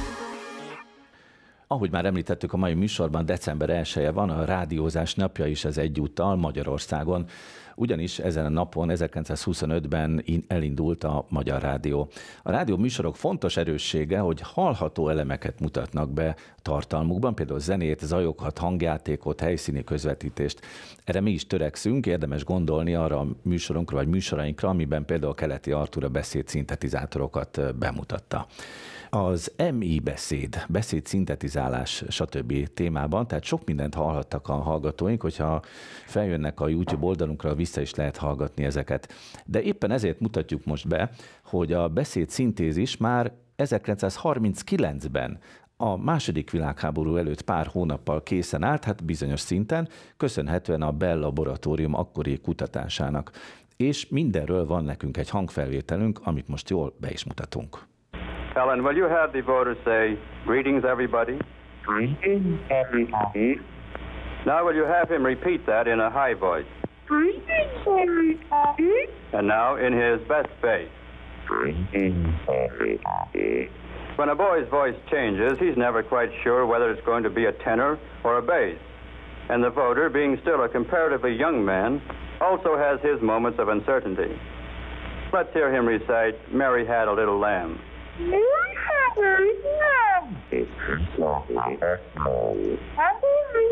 Ahogy már említettük, a mai műsorban december elseje van, a rádiózás napja is ez egyúttal Magyarországon. Ugyanis ezen a napon, ezerkilencszázhuszonötben elindult a Magyar Rádió. A rádió műsorok fontos erőssége, hogy hallható elemeket mutatnak be tartalmukban, például zenét, zajoghat, hangjátékot, helyszíni közvetítést. Erre mi is törekszünk, érdemes gondolni arra a műsorunkra vagy műsorainkra, amiben például Keleti Artúr a beszédszintetizátorokat bemutatta. Az em i beszéd, beszédszintetizálás, stb. Témában, tehát sok mindent hallhattak a hallgatóink, hogyha feljönnek a YouTube oldalunkra, vissza is lehet hallgatni ezeket. De éppen ezért mutatjuk most be, hogy a beszédszintézis már ezerkilencszázharminckilencben a második világháború előtt pár hónappal készen állt, hát bizonyos szinten, köszönhetően a Bell Laboratórium akkori kutatásának. És mindenről van nekünk egy hangfelvételünk, amit most jól be is mutatunk. Ellen, will you have the voters say, greetings everybody? Greetings everybody. Now will you have him repeat that in a high voice? Greetings everybody. And now in his best bass. Greetings everybody. When a boy's voice changes, he's never quite sure whether it's going to be a tenor or a bass. And the voter, being still a comparatively young man, also has his moments of uncertainty. Let's hear him recite, Mary Had a Little Lamb. Mary had a little lamb. It's so wonderful. Happy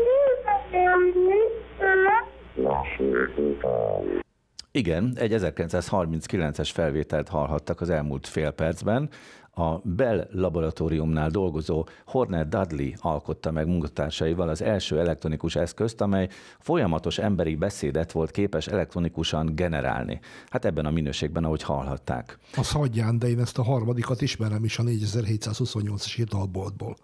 Mary. Igen, egy ezerkilencszázharminckilences felvételt hallhattak az elmúlt fél percben. A Bell laboratóriumnál dolgozó Horner Dudley alkotta meg munkatársaival az első elektronikus eszközt, amely folyamatos emberi beszédet volt képes elektronikusan generálni. Hát ebben a minőségben, ahogy hallhatták. Az hagyján, de én ezt a harmadikat ismerem is a négyezer-hétszázhuszonnyolcas írtalboltból.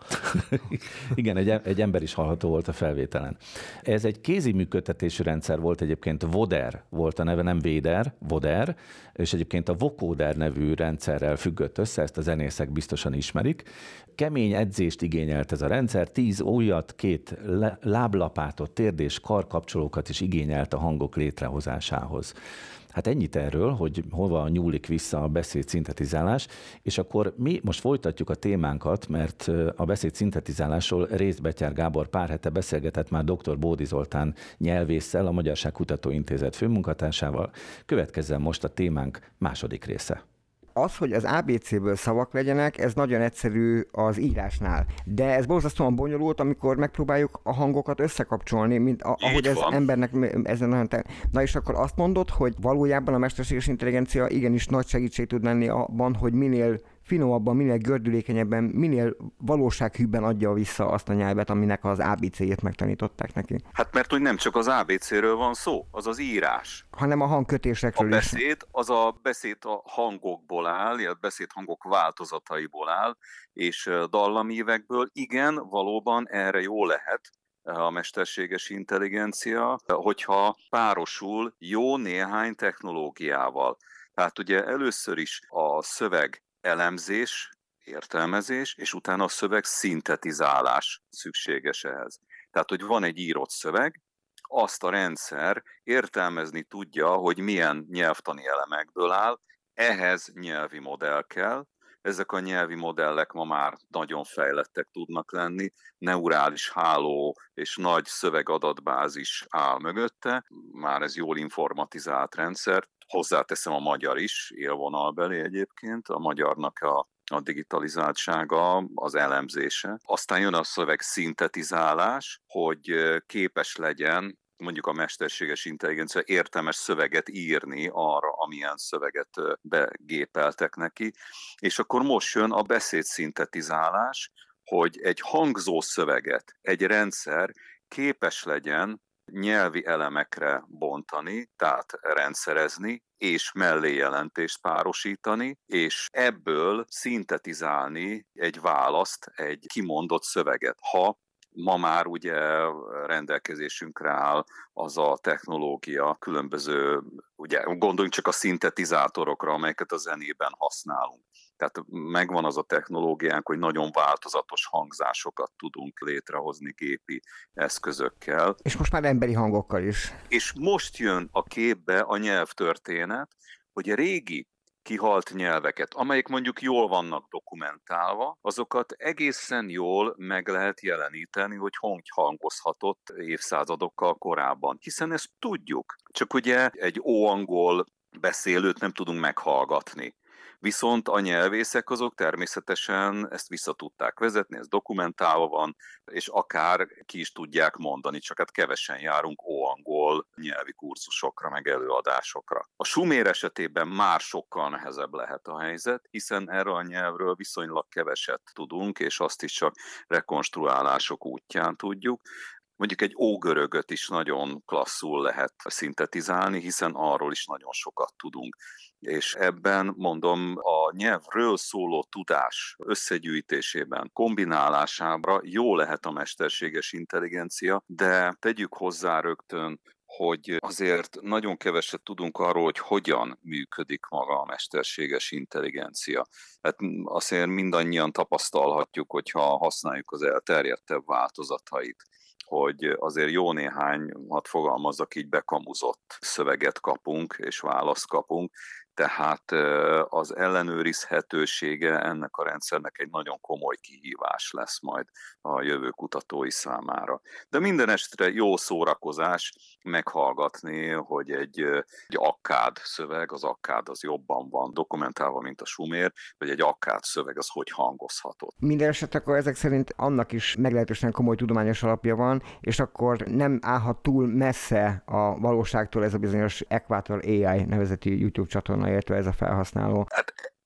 Igen, egy, egy ember is hallható volt a felvételen. Ez egy kézi működtetésű rendszer volt egyébként, Voder volt a neve, nem Véder, Voder, és egyébként a Vocoder nevű rendszerrel függött össze, ezt a zenészek biztosan ismerik. Kemény edzést igényelt ez a rendszer, tíz ujjat, két láblapátot, térd és karkapcsolókat is igényelt a hangok létrehozásához. Hát ennyit erről, hogy hova nyúlik vissza a beszédszintetizálás, és akkor mi most folytatjuk a témánkat, mert a beszédszintetizálásról Rész Betyár Gábor pár hete beszélgetett már dr. Bódi Zoltán nyelvésszel, a Magyarság Kutatóintézet főmunkatársával. Következzen most a témánk második része. Az, hogy az á bé cé-ből szavak legyenek, ez nagyon egyszerű az írásnál. De ez borzasztóan bonyolult, amikor megpróbáljuk a hangokat összekapcsolni, mint a, ahogy ez embernek ezen nagyon... Te... Na és akkor azt mondod, hogy valójában a mesterséges intelligencia igenis nagy segítség tud lenni abban, hogy minél finomabban, minél gördülékenyebben, minél valósághűbben adja vissza azt a nyelvet, aminek az á bé cé-jét megtanították neki. Hát mert hogy nem csak az á bé cé-ről van szó, az az írás. Hanem a hangkötésekről is. A beszéd, az a beszéd a hangokból áll, a beszédhangok változataiból áll, és dallamívekből. Igen, valóban erre jó lehet a mesterséges intelligencia, hogyha párosul jó néhány technológiával. Tehát ugye először is a szöveg elemzés, értelmezés, és utána a szöveg szintetizálás szükséges ehhez. Tehát, hogy van egy írott szöveg, azt a rendszer értelmezni tudja, hogy milyen nyelvtani elemekből áll, ehhez nyelvi modell kell. Ezek a nyelvi modellek ma már nagyon fejlettek tudnak lenni, neurális háló és nagy szövegadatbázis áll mögötte, már ez jól informatizált rendszer. Hozzáteszem a magyar is, élvonalbeli egyébként, a magyarnak a, a digitalizáltsága, az elemzése. Aztán jön a szöveg szintetizálás, hogy képes legyen mondjuk a mesterséges intelligencia értelmes szöveget írni arra, amilyen szöveget begépeltek neki. És akkor most jön a beszédszintetizálás, hogy egy hangzó szöveget egy rendszer képes legyen nyelvi elemekre bontani, tehát rendszerezni, és melléjelentést párosítani, és ebből szintetizálni egy választ, egy kimondott szöveget. Ha ma már ugye rendelkezésünkre áll az a technológia, különböző, ugye gondoljunk csak a szintetizátorokra, amelyeket a zenében használunk. Tehát megvan az a technológiánk, hogy nagyon változatos hangzásokat tudunk létrehozni gépi eszközökkel. És most már emberi hangokkal is. És most jön a képbe a nyelvtörténet, hogy a régi kihalt nyelveket, amelyek mondjuk jól vannak dokumentálva, azokat egészen jól meg lehet jeleníteni, hogy hogy hangozhatott évszázadokkal korábban. Hiszen ezt tudjuk. Csak ugye egy óangol beszélőt nem tudunk meghallgatni. Viszont a nyelvészek azok természetesen ezt vissza tudták vezetni, ez dokumentálva van, és akár ki is tudják mondani, csak hát kevesen járunk óangol nyelvi kurzusokra, meg előadásokra. A sumér esetében már sokkal nehezebb lehet a helyzet, hiszen erről a nyelvről viszonylag keveset tudunk, és azt is csak rekonstruálások útján tudjuk. Mondjuk egy ógörögöt is nagyon klasszul lehet szintetizálni, hiszen arról is nagyon sokat tudunk. És ebben, mondom, a nyelvről szóló tudás összegyűjtésében, kombinálásában jó lehet a mesterséges intelligencia, de tegyük hozzá rögtön, hogy azért nagyon keveset tudunk arról, hogy hogyan működik maga a mesterséges intelligencia. Hát azért mindannyian tapasztalhatjuk, hogyha használjuk az elterjedtebb változatait, hogy azért jó néhány, hadd fogalmazzak így, bekamuzott szöveget kapunk és választ kapunk, tehát az ellenőrizhetősége ennek a rendszernek egy nagyon komoly kihívás lesz majd a jövő kutatói számára. De minden esetre jó szórakozás meghallgatni, hogy egy, egy akkád szöveg, az akkád az jobban van dokumentálva, mint a sumér, vagy egy akkád szöveg az hogy hangozhatott. Minden esetre akkor ezek szerint annak is meglehetősen komoly tudományos alapja van, és akkor nem állhat túl messze a valóságtól ez a bizonyos Equator á i nevezetű YouTube csatorna, illetve ez a felhasználó. Hát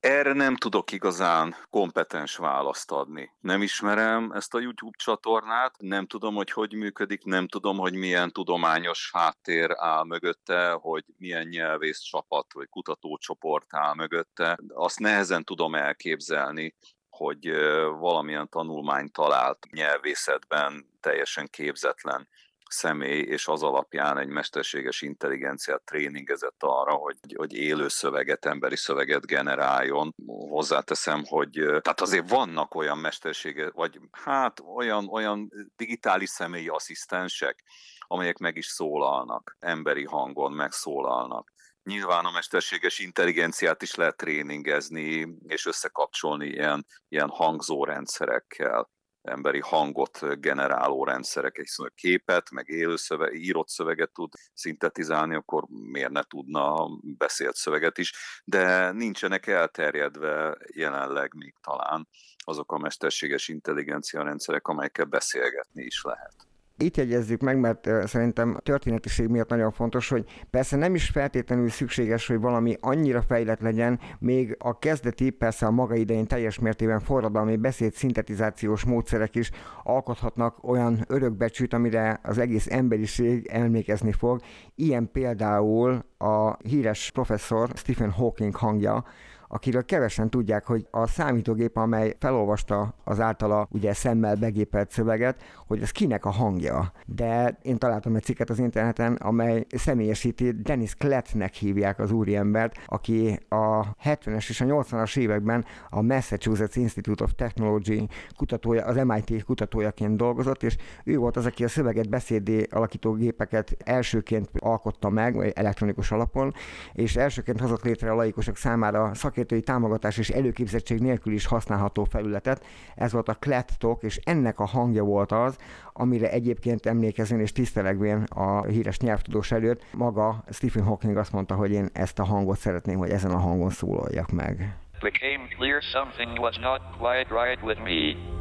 Erre nem tudok igazán kompetens választ adni. Nem ismerem ezt a YouTube csatornát, nem tudom, hogy hogy működik, nem tudom, hogy milyen tudományos háttér áll mögötte, hogy milyen nyelvész csapat vagy kutatócsoport áll mögötte. Azt nehezen tudom elképzelni, hogy valamilyen tanulmányt talált nyelvészetben teljesen képzetlen személy, és az alapján egy mesterséges intelligenciát tréningezett arra, hogy, hogy élő szöveget, emberi szöveget generáljon. Hozzáteszem, hogy tehát azért vannak olyan mesterséges, vagy hát olyan, olyan digitális személyi asszisztensek, amelyek meg is szólalnak, emberi hangon megszólalnak. Nyilván a mesterséges intelligenciát is lehet tréningezni, és összekapcsolni ilyen, ilyen hangzórendszerekkel, emberi hangot generáló rendszerek, egy képet, meg élő szöveg, írott szöveget tud szintetizálni, akkor miért ne tudna beszélt szöveget is, de nincsenek elterjedve jelenleg még talán azok a mesterséges intelligencia rendszerek, amelyekkel beszélgetni is lehet. Itt jegyezzük meg, mert uh, szerintem a történetiség miatt nagyon fontos, hogy persze nem is feltétlenül szükséges, hogy valami annyira fejlett legyen, még a kezdeti, persze a maga idején teljes mértékben forradalmi beszédszintetizációs módszerek is alkothatnak olyan örökbecsűt, amire az egész emberiség emlékezni fog. Ilyen például a híres professzor Stephen Hawking hangja, akiről kevesen tudják, hogy a számítógép, amely felolvasta az általa ugye szemmel begépelt szöveget, hogy ez kinek a hangja. De én találtam egy cikket az interneten, amely személyesíti, Dennis Klettnek hívják az úriembert, aki a hetvenes és a nyolcvanas években a Massachusetts Institute of Technology kutatója, az em i té kutatójaként dolgozott, és ő volt az, aki a szöveget beszéddé alakító gépeket elsőként alkotta meg, elektronikus alapon, és elsőként hozott létre a laikusok számára szakértői támogatás és előképzettség nélkül is használható felületet. Ez volt a Klett Talk, és ennek a hangja volt az, amire egyébként emlékezvén és tisztelegvén a híres nyelvtudós előtt maga Stephen Hawking azt mondta, hogy én ezt a hangot szeretném, hogy ezen a hangon szólaljak meg. Became clear something was not quite right with me.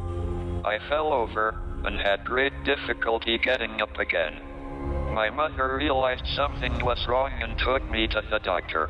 I fell over and had great difficulty getting up again. My mother realized something was wrong and took me to the doctor.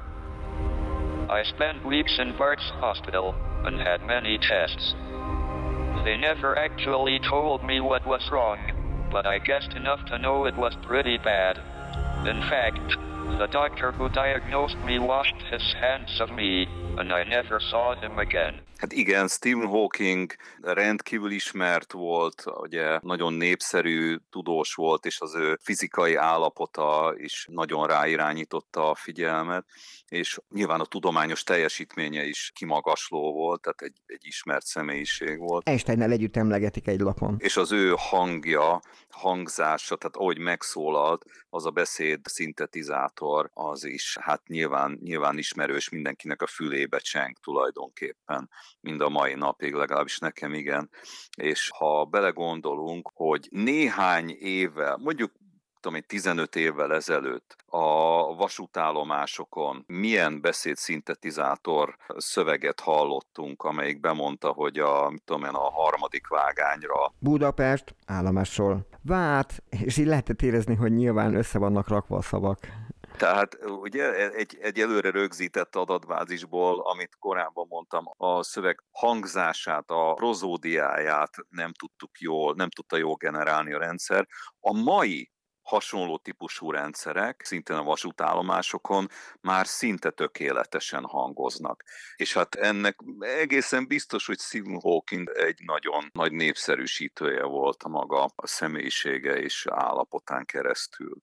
I spent weeks in Bart's hospital and had many tests. They never actually told me what was wrong, but I guessed enough to know it was pretty bad. In fact, the doctor who diagnosed me washed his hands of me, and I never saw him again. Hát igen, Stephen Hawking rendkívül ismert volt, ugye nagyon népszerű tudós volt, és az ő fizikai állapota is nagyon ráirányította a figyelmet, és nyilván a tudományos teljesítménye is kimagasló volt, tehát egy, egy ismert személyiség volt. Einsteinnel együtt emlegetik egy lapon. És az ő hangja, hangzása, tehát ahogy megszólalt, az a beszéd szintetizátor, az is hát nyilván, nyilván ismerős, mindenkinek a fülébe cseng tulajdonképpen, mind a mai napig, legalábbis nekem igen. És ha belegondolunk, hogy néhány évvel, mondjuk tudom, egy tizenöt évvel ezelőtt a vasútállomásokon milyen beszédszintetizátor szöveget hallottunk, amelyik bemondta, hogy a, tudom én, a harmadik vágányra. Budapest, állomásról. Vát, és így lehetett érezni, hogy nyilván össze vannak rakva a szavak. Tehát ugye egy, egy előre rögzített adatbázisból, amit korábban mondtam, a szöveg hangzását, a prozódiáját nem tudtuk jól, nem tudta jól generálni a rendszer. A mai hasonló típusú rendszerek, szintén a vasútállomásokon már szinte tökéletesen hangoznak. És hát ennek egészen biztos, hogy Stephen Hawking egy nagyon nagy népszerűsítője volt a maga a személyisége és állapotán keresztül.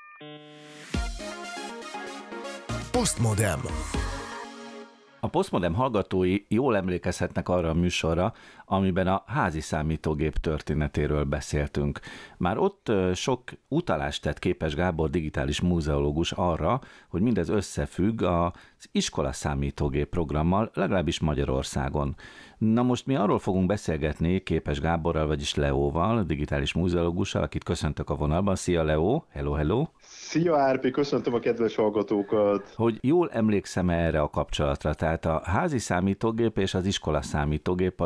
Postmodem. A Postmodem hallgatói jól emlékezhetnek arra a műsorra, amiben a házi számítógép történetéről beszéltünk. Már ott sok utalást tett Képes Gábor digitális múzeológus arra, hogy mindez összefügg az iskola számítógép programmal, legalábbis Magyarországon. Na most mi arról fogunk beszélgetni Képes Gáborral, vagyis Leóval, digitális múzeológussal, akit köszöntök a vonalban. Szia Leó! Hello, hello! Szia Árpi, köszöntöm a kedves hallgatókat! Hogy jól emlékszem erre a kapcsolatra, tehát a házi számítógép és az iskola számítógép az így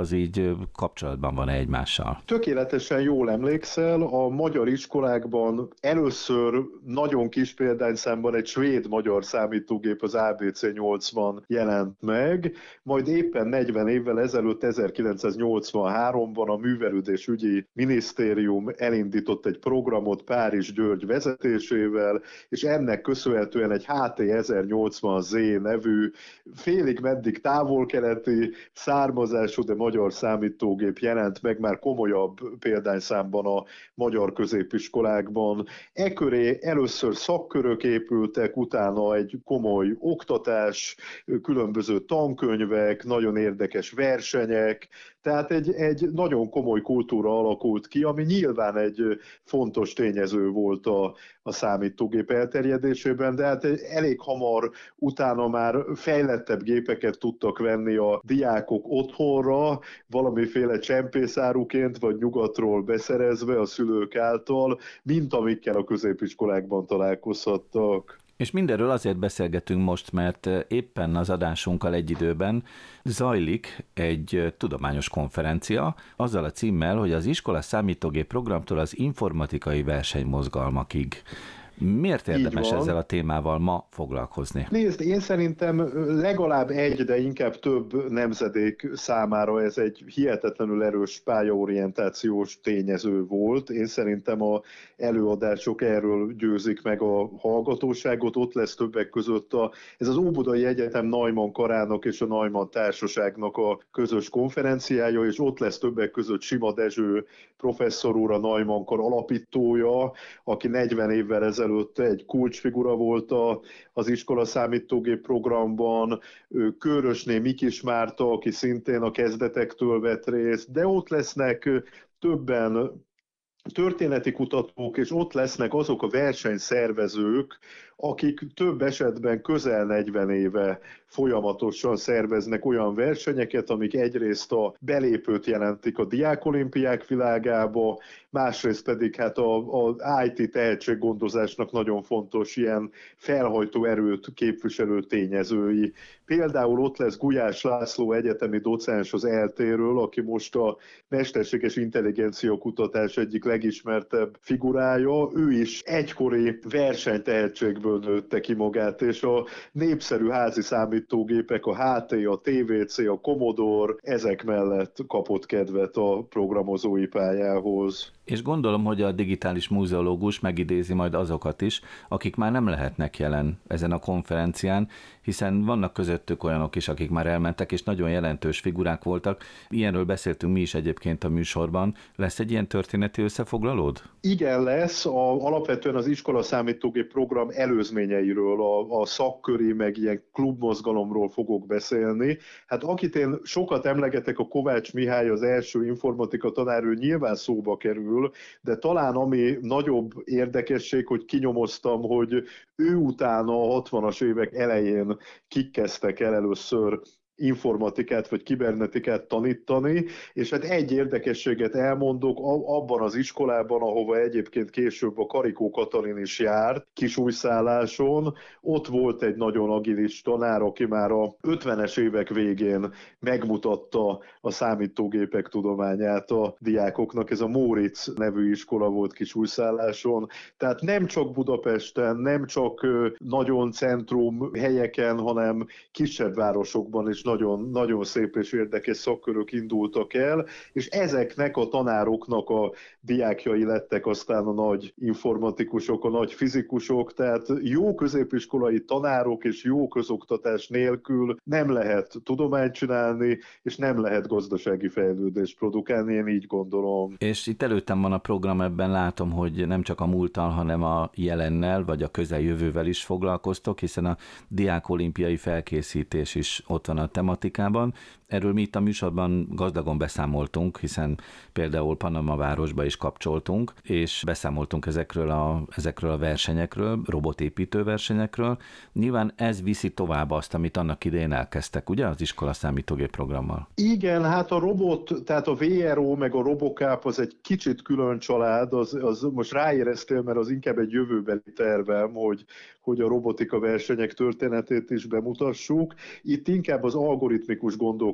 kapcsolatban van egymással? Tökéletesen jól emlékszel, a magyar iskolákban először nagyon kis példányszámban egy svéd-magyar számítógép, az á bé cé nyolcvan jelent meg, majd éppen negyven évvel ezelőtt, ezerkilencszáznyolcvanháromban a Művelődésügyi Minisztérium elindított egy programot Párizs György vezetésével, és ennek köszönhetően egy há té ezernyolcvan zé nevű, félig meddig távol-keleti származású, de magyar számítógép jelent meg már komolyabb példányszámban a magyar középiskolákban. E köré először szakkörök épültek, utána egy komoly oktatás, különböző tankönyvek, nagyon érdekes versenyek, tehát egy, egy nagyon komoly kultúra alakult ki, ami nyilván egy fontos tényező volt a, a számítógép elterjedésében, de hát elég hamar utána már fejlettebb gépeket tudtak venni a diákok otthonra, valamiféle csempészáruként, vagy nyugatról beszerezve a szülők által, mint amikkel a középiskolákban találkozhattak. És mindenről azért beszélgetünk most, mert éppen az adásunkkal egy időben zajlik egy tudományos konferencia, azzal a címmel, hogy az iskola számítógép programtól az informatikai versenymozgalmakig. Miért érdemes ezzel a témával ma foglalkozni? Nézd, én szerintem legalább egy, de inkább több nemzedék számára ez egy hihetetlenül erős pályaorientációs tényező volt. Én szerintem az előadások erről győzik meg a hallgatóságot. Ott lesz többek között a, ez az Óbudai Egyetem Neumann Karának és a Neumann Társaságnak a közös konferenciája, és ott lesz többek között Sima Dezső professzor úr, a Neumann Kar alapítója, aki negyven évvel ezelőtt egy kulcsfigura volt a, az iskola számítógép programban, Körösné Mikis Márta, aki szintén a kezdetektől vett részt, de ott lesznek többen történeti kutatók, és ott lesznek azok a versenyszervezők, akik több esetben közel negyven éve folyamatosan szerveznek olyan versenyeket, amik egyrészt a belépőt jelentik a diákolimpiák világába, másrészt pedig hát az i té tehetséggondozásnak nagyon fontos ilyen felhajtó erőt képviselő tényezői. Például ott lesz Gulyás László egyetemi docens az é el té-ről, aki most a mesterséges intelligencia kutatás egyik legismertebb figurája. Ő is egykori versenytehetségből nőtte ki magát, és a népszerű házi számítógépek, a há té, a té vé cé, a Commodore, ezek mellett kapott kedvet a programozói pályához. És gondolom, hogy a digitális múzeológus megidézi majd azokat is, akik már nem lehetnek jelen ezen a konferencián, hiszen vannak közöttük olyanok is, akik már elmentek, és nagyon jelentős figurák voltak. Ilyenről beszéltünk mi is egyébként a műsorban. Lesz egy ilyen történeti összefoglalód? Igen, lesz. A, alapvetően az iskola számítógép program előzményeiről, a, a szakköri, meg ilyen klubmozgalomról fogok beszélni. Hát akit én sokat emlegetek, a Kovács Mihály, az első informatika tanár, ő nyilván szóba kerül, de talán ami nagyobb érdekesség, hogy kinyomoztam, hogy ő utána a hatvanas évek elején kik kezdtek el először informatikát vagy kibernetikát tanítani, és hát egy érdekességet elmondok, abban az iskolában, ahova egyébként később a Karikó Katalin is járt, Kisújszálláson, ott volt egy nagyon agilis tanár, aki már a ötvenes évek végén megmutatta a számítógépek tudományát a diákoknak. Ez a Móricz nevű iskola volt Kisújszálláson. Tehát nem csak Budapesten, nem csak nagyon centrum helyeken, hanem kisebb városokban is nagyon, nagyon szép és érdekes szakkörök indultak el, és ezeknek a tanároknak a diákjai lettek aztán a nagy informatikusok, a nagy fizikusok, tehát jó középiskolai tanárok és jó közoktatás nélkül nem lehet tudományt csinálni, és nem lehet gazdasági fejlődést produkálni, én így gondolom. És itt előttem van a program, ebben látom, hogy nem csak a múlttal, hanem a jelennel, vagy a közeljövővel is foglalkoztok, hiszen a diákolimpiai felkészítés is ott van a tematikában. Erről mi itt a műsorban gazdagon beszámoltunk, hiszen például Panama városba is kapcsoltunk, és beszámoltunk ezekről a, ezekről a versenyekről, robotépítő versenyekről. Nyilván ez viszi tovább azt, amit annak idején elkezdtek, ugye, az iskola számítógép programmal? Igen, hát a robot, tehát a vé er o meg a Robocap az egy kicsit külön család, az, az most ráéreztél, mert az inkább egy jövőbeli tervem, hogy, hogy a robotika versenyek történetét is bemutassuk. Itt inkább az algoritmikus gondolkodás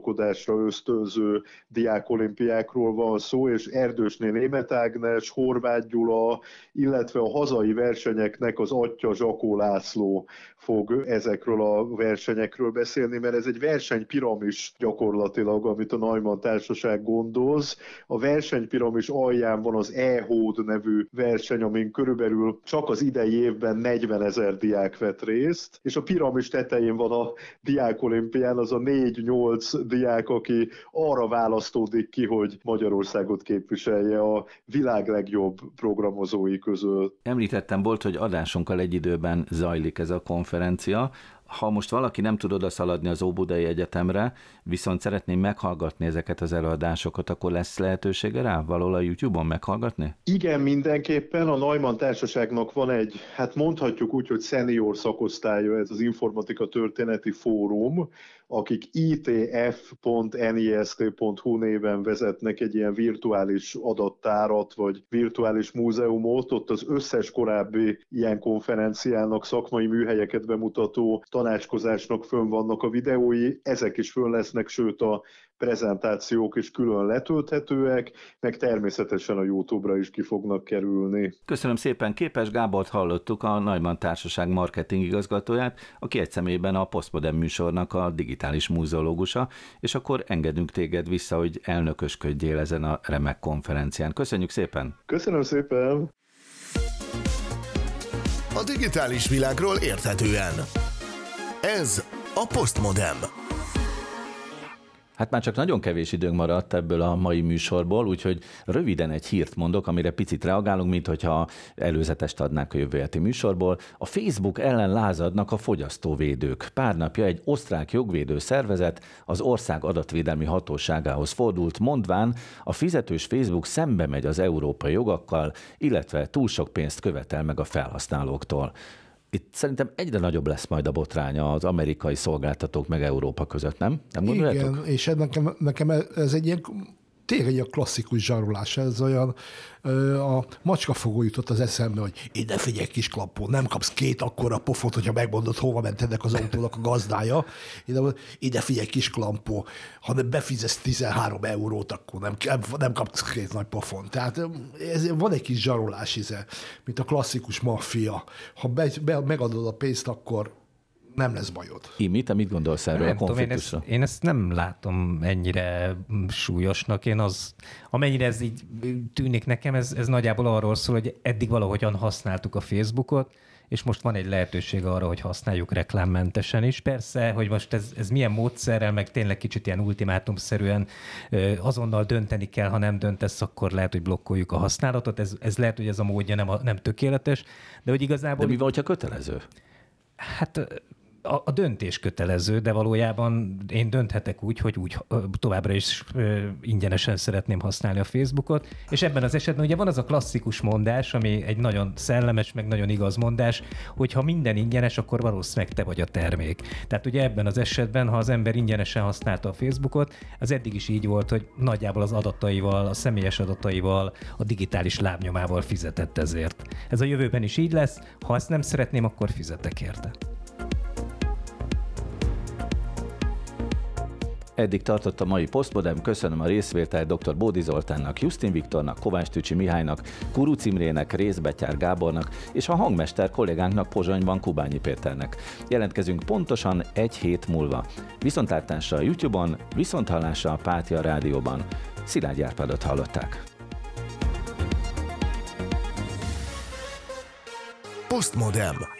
gondolkodásra ösztönző diákolimpiákról van szó, és Erdősné Németh Ágnes, Horváth Gyula, illetve a hazai versenyeknek az atya Zsakó László fog ezekről a versenyekről beszélni, mert ez egy versenypiramis gyakorlatilag, amit a Neumann Társaság gondoz. A versenypiramis alján van az E-Hód nevű verseny, amin körülbelül csak az idei évben negyvenezer diák vett részt, és a piramis tetején van a diákolimpián az a négy-nyolc diák, aki arra választódik ki, hogy Magyarországot képviselje a világ legjobb programozói közül. Említettem volt, hogy adásunkkal egy időben zajlik ez a konferencia. Ha most valaki nem tud odaszaladni az Óbudai Egyetemre, viszont szeretném meghallgatni ezeket az előadásokat, akkor lesz lehetősége rá valahol a YouTube-on meghallgatni? Igen, mindenképpen. A Neumann Társaságnak van egy, hát mondhatjuk úgy, hogy senior szakosztálya, ez az Informatika Történeti Fórum, akik i té ef pont nist pont hu néven vezetnek egy ilyen virtuális adattárat, vagy virtuális múzeumot, ott az összes korábbi ilyen konferenciának, szakmai műhelyeket bemutató tanácskozásnak fönn vannak a videói, ezek is fönn lesznek, sőt a prezentációk is külön letölthetőek, meg természetesen a YouTube-ra is ki fognak kerülni. Köszönöm szépen, Képes Gábort hallottuk, a Neumann Társaság marketing igazgatóját, aki egy személyben a Postmodern műsornak a digitális múzeológusa, és akkor engedünk téged vissza, hogy elnökösködjél ezen a remek konferencián. Köszönjük szépen! Köszönöm szépen! A digitális világról érthetően. Ez a Postmodern. Hát már csak nagyon kevés időnk maradt ebből a mai műsorból, úgyhogy röviden egy hírt mondok, amire picit reagálunk, mint hogyha előzetest adnánk a jövő heti műsorból. A Facebook ellen lázadnak a fogyasztóvédők. Pár napja egy osztrák jogvédő szervezet az ország adatvédelmi hatóságához fordult, mondván a fizetős Facebook szembe megy az európai jogakkal, illetve túl sok pénzt követel meg a felhasználóktól. Itt szerintem egyre nagyobb lesz majd a botránya az amerikai szolgáltatók meg Európa között, nem? Nem gondoljátok? Igen, és nekem, nekem ez egy ilyen tényleg egy klasszikus zsarolás, ez olyan, a macskafogó jutott az eszembe, hogy ide figyelj kis klappó, nem kapsz két akkora pofot, hogyha megmondod, hova ment ennek az autónak a gazdája. Ide, ide figyelj kis klappó, ha nem befizetsz tizenhárom eurót, akkor nem, nem kapsz két nagy pofon. Tehát ez, van egy kis zsarolás íze, mint a klasszikus maffia. Ha be, be, megadod a pénzt, akkor nem lesz bajod. Imi, te mit gondolsz erről nem a konfliktusra? Tudom, én, ezt, én ezt nem látom ennyire súlyosnak. Én az, amennyire ez így tűnik nekem, ez, ez nagyjából arról szól, hogy eddig valahogyan használtuk a Facebookot, és most van egy lehetőség arra, hogy használjuk reklámmentesen is. Persze, hogy most ez, ez milyen módszerrel, meg tényleg kicsit ilyen ultimátumszerűen azonnal dönteni kell, ha nem döntesz, akkor lehet, hogy blokkoljuk a használatot. Ez, ez lehet, hogy ez a módja nem, a, nem tökéletes, de hogy igazából... De mi van, hogyha kötelező? Hát... A, a döntés kötelező, de valójában én dönthetek úgy, hogy úgy továbbra is ingyenesen szeretném használni a Facebookot, és ebben az esetben ugye van az a klasszikus mondás, ami egy nagyon szellemes, meg nagyon igaz mondás, hogy ha minden ingyenes, akkor valószínűleg te vagy a termék. Tehát ugye ebben az esetben, ha az ember ingyenesen használta a Facebookot, az eddig is így volt, hogy nagyjából az adataival, a személyes adataival, a digitális lábnyomával fizetett ezért. Ez a jövőben is így lesz, ha ezt nem szeretném, akkor fizetek érte. Eddig tartott a mai Postmodern, köszönöm a részvételt dr. Bódi Zoltánnak, Justin Viktornak, Kovács Tücsi Mihálynak, Kuruc Imrének, Rézbetyár Gábornak és a hangmester kollégánknak Pozsonyban Kubányi Péternek. Jelentkezünk pontosan egy hét múlva. Viszontlátásra a YouTube-on, viszonthallásra a Pátia Rádióban. Szilágy Árpádot hallották. Postmodern.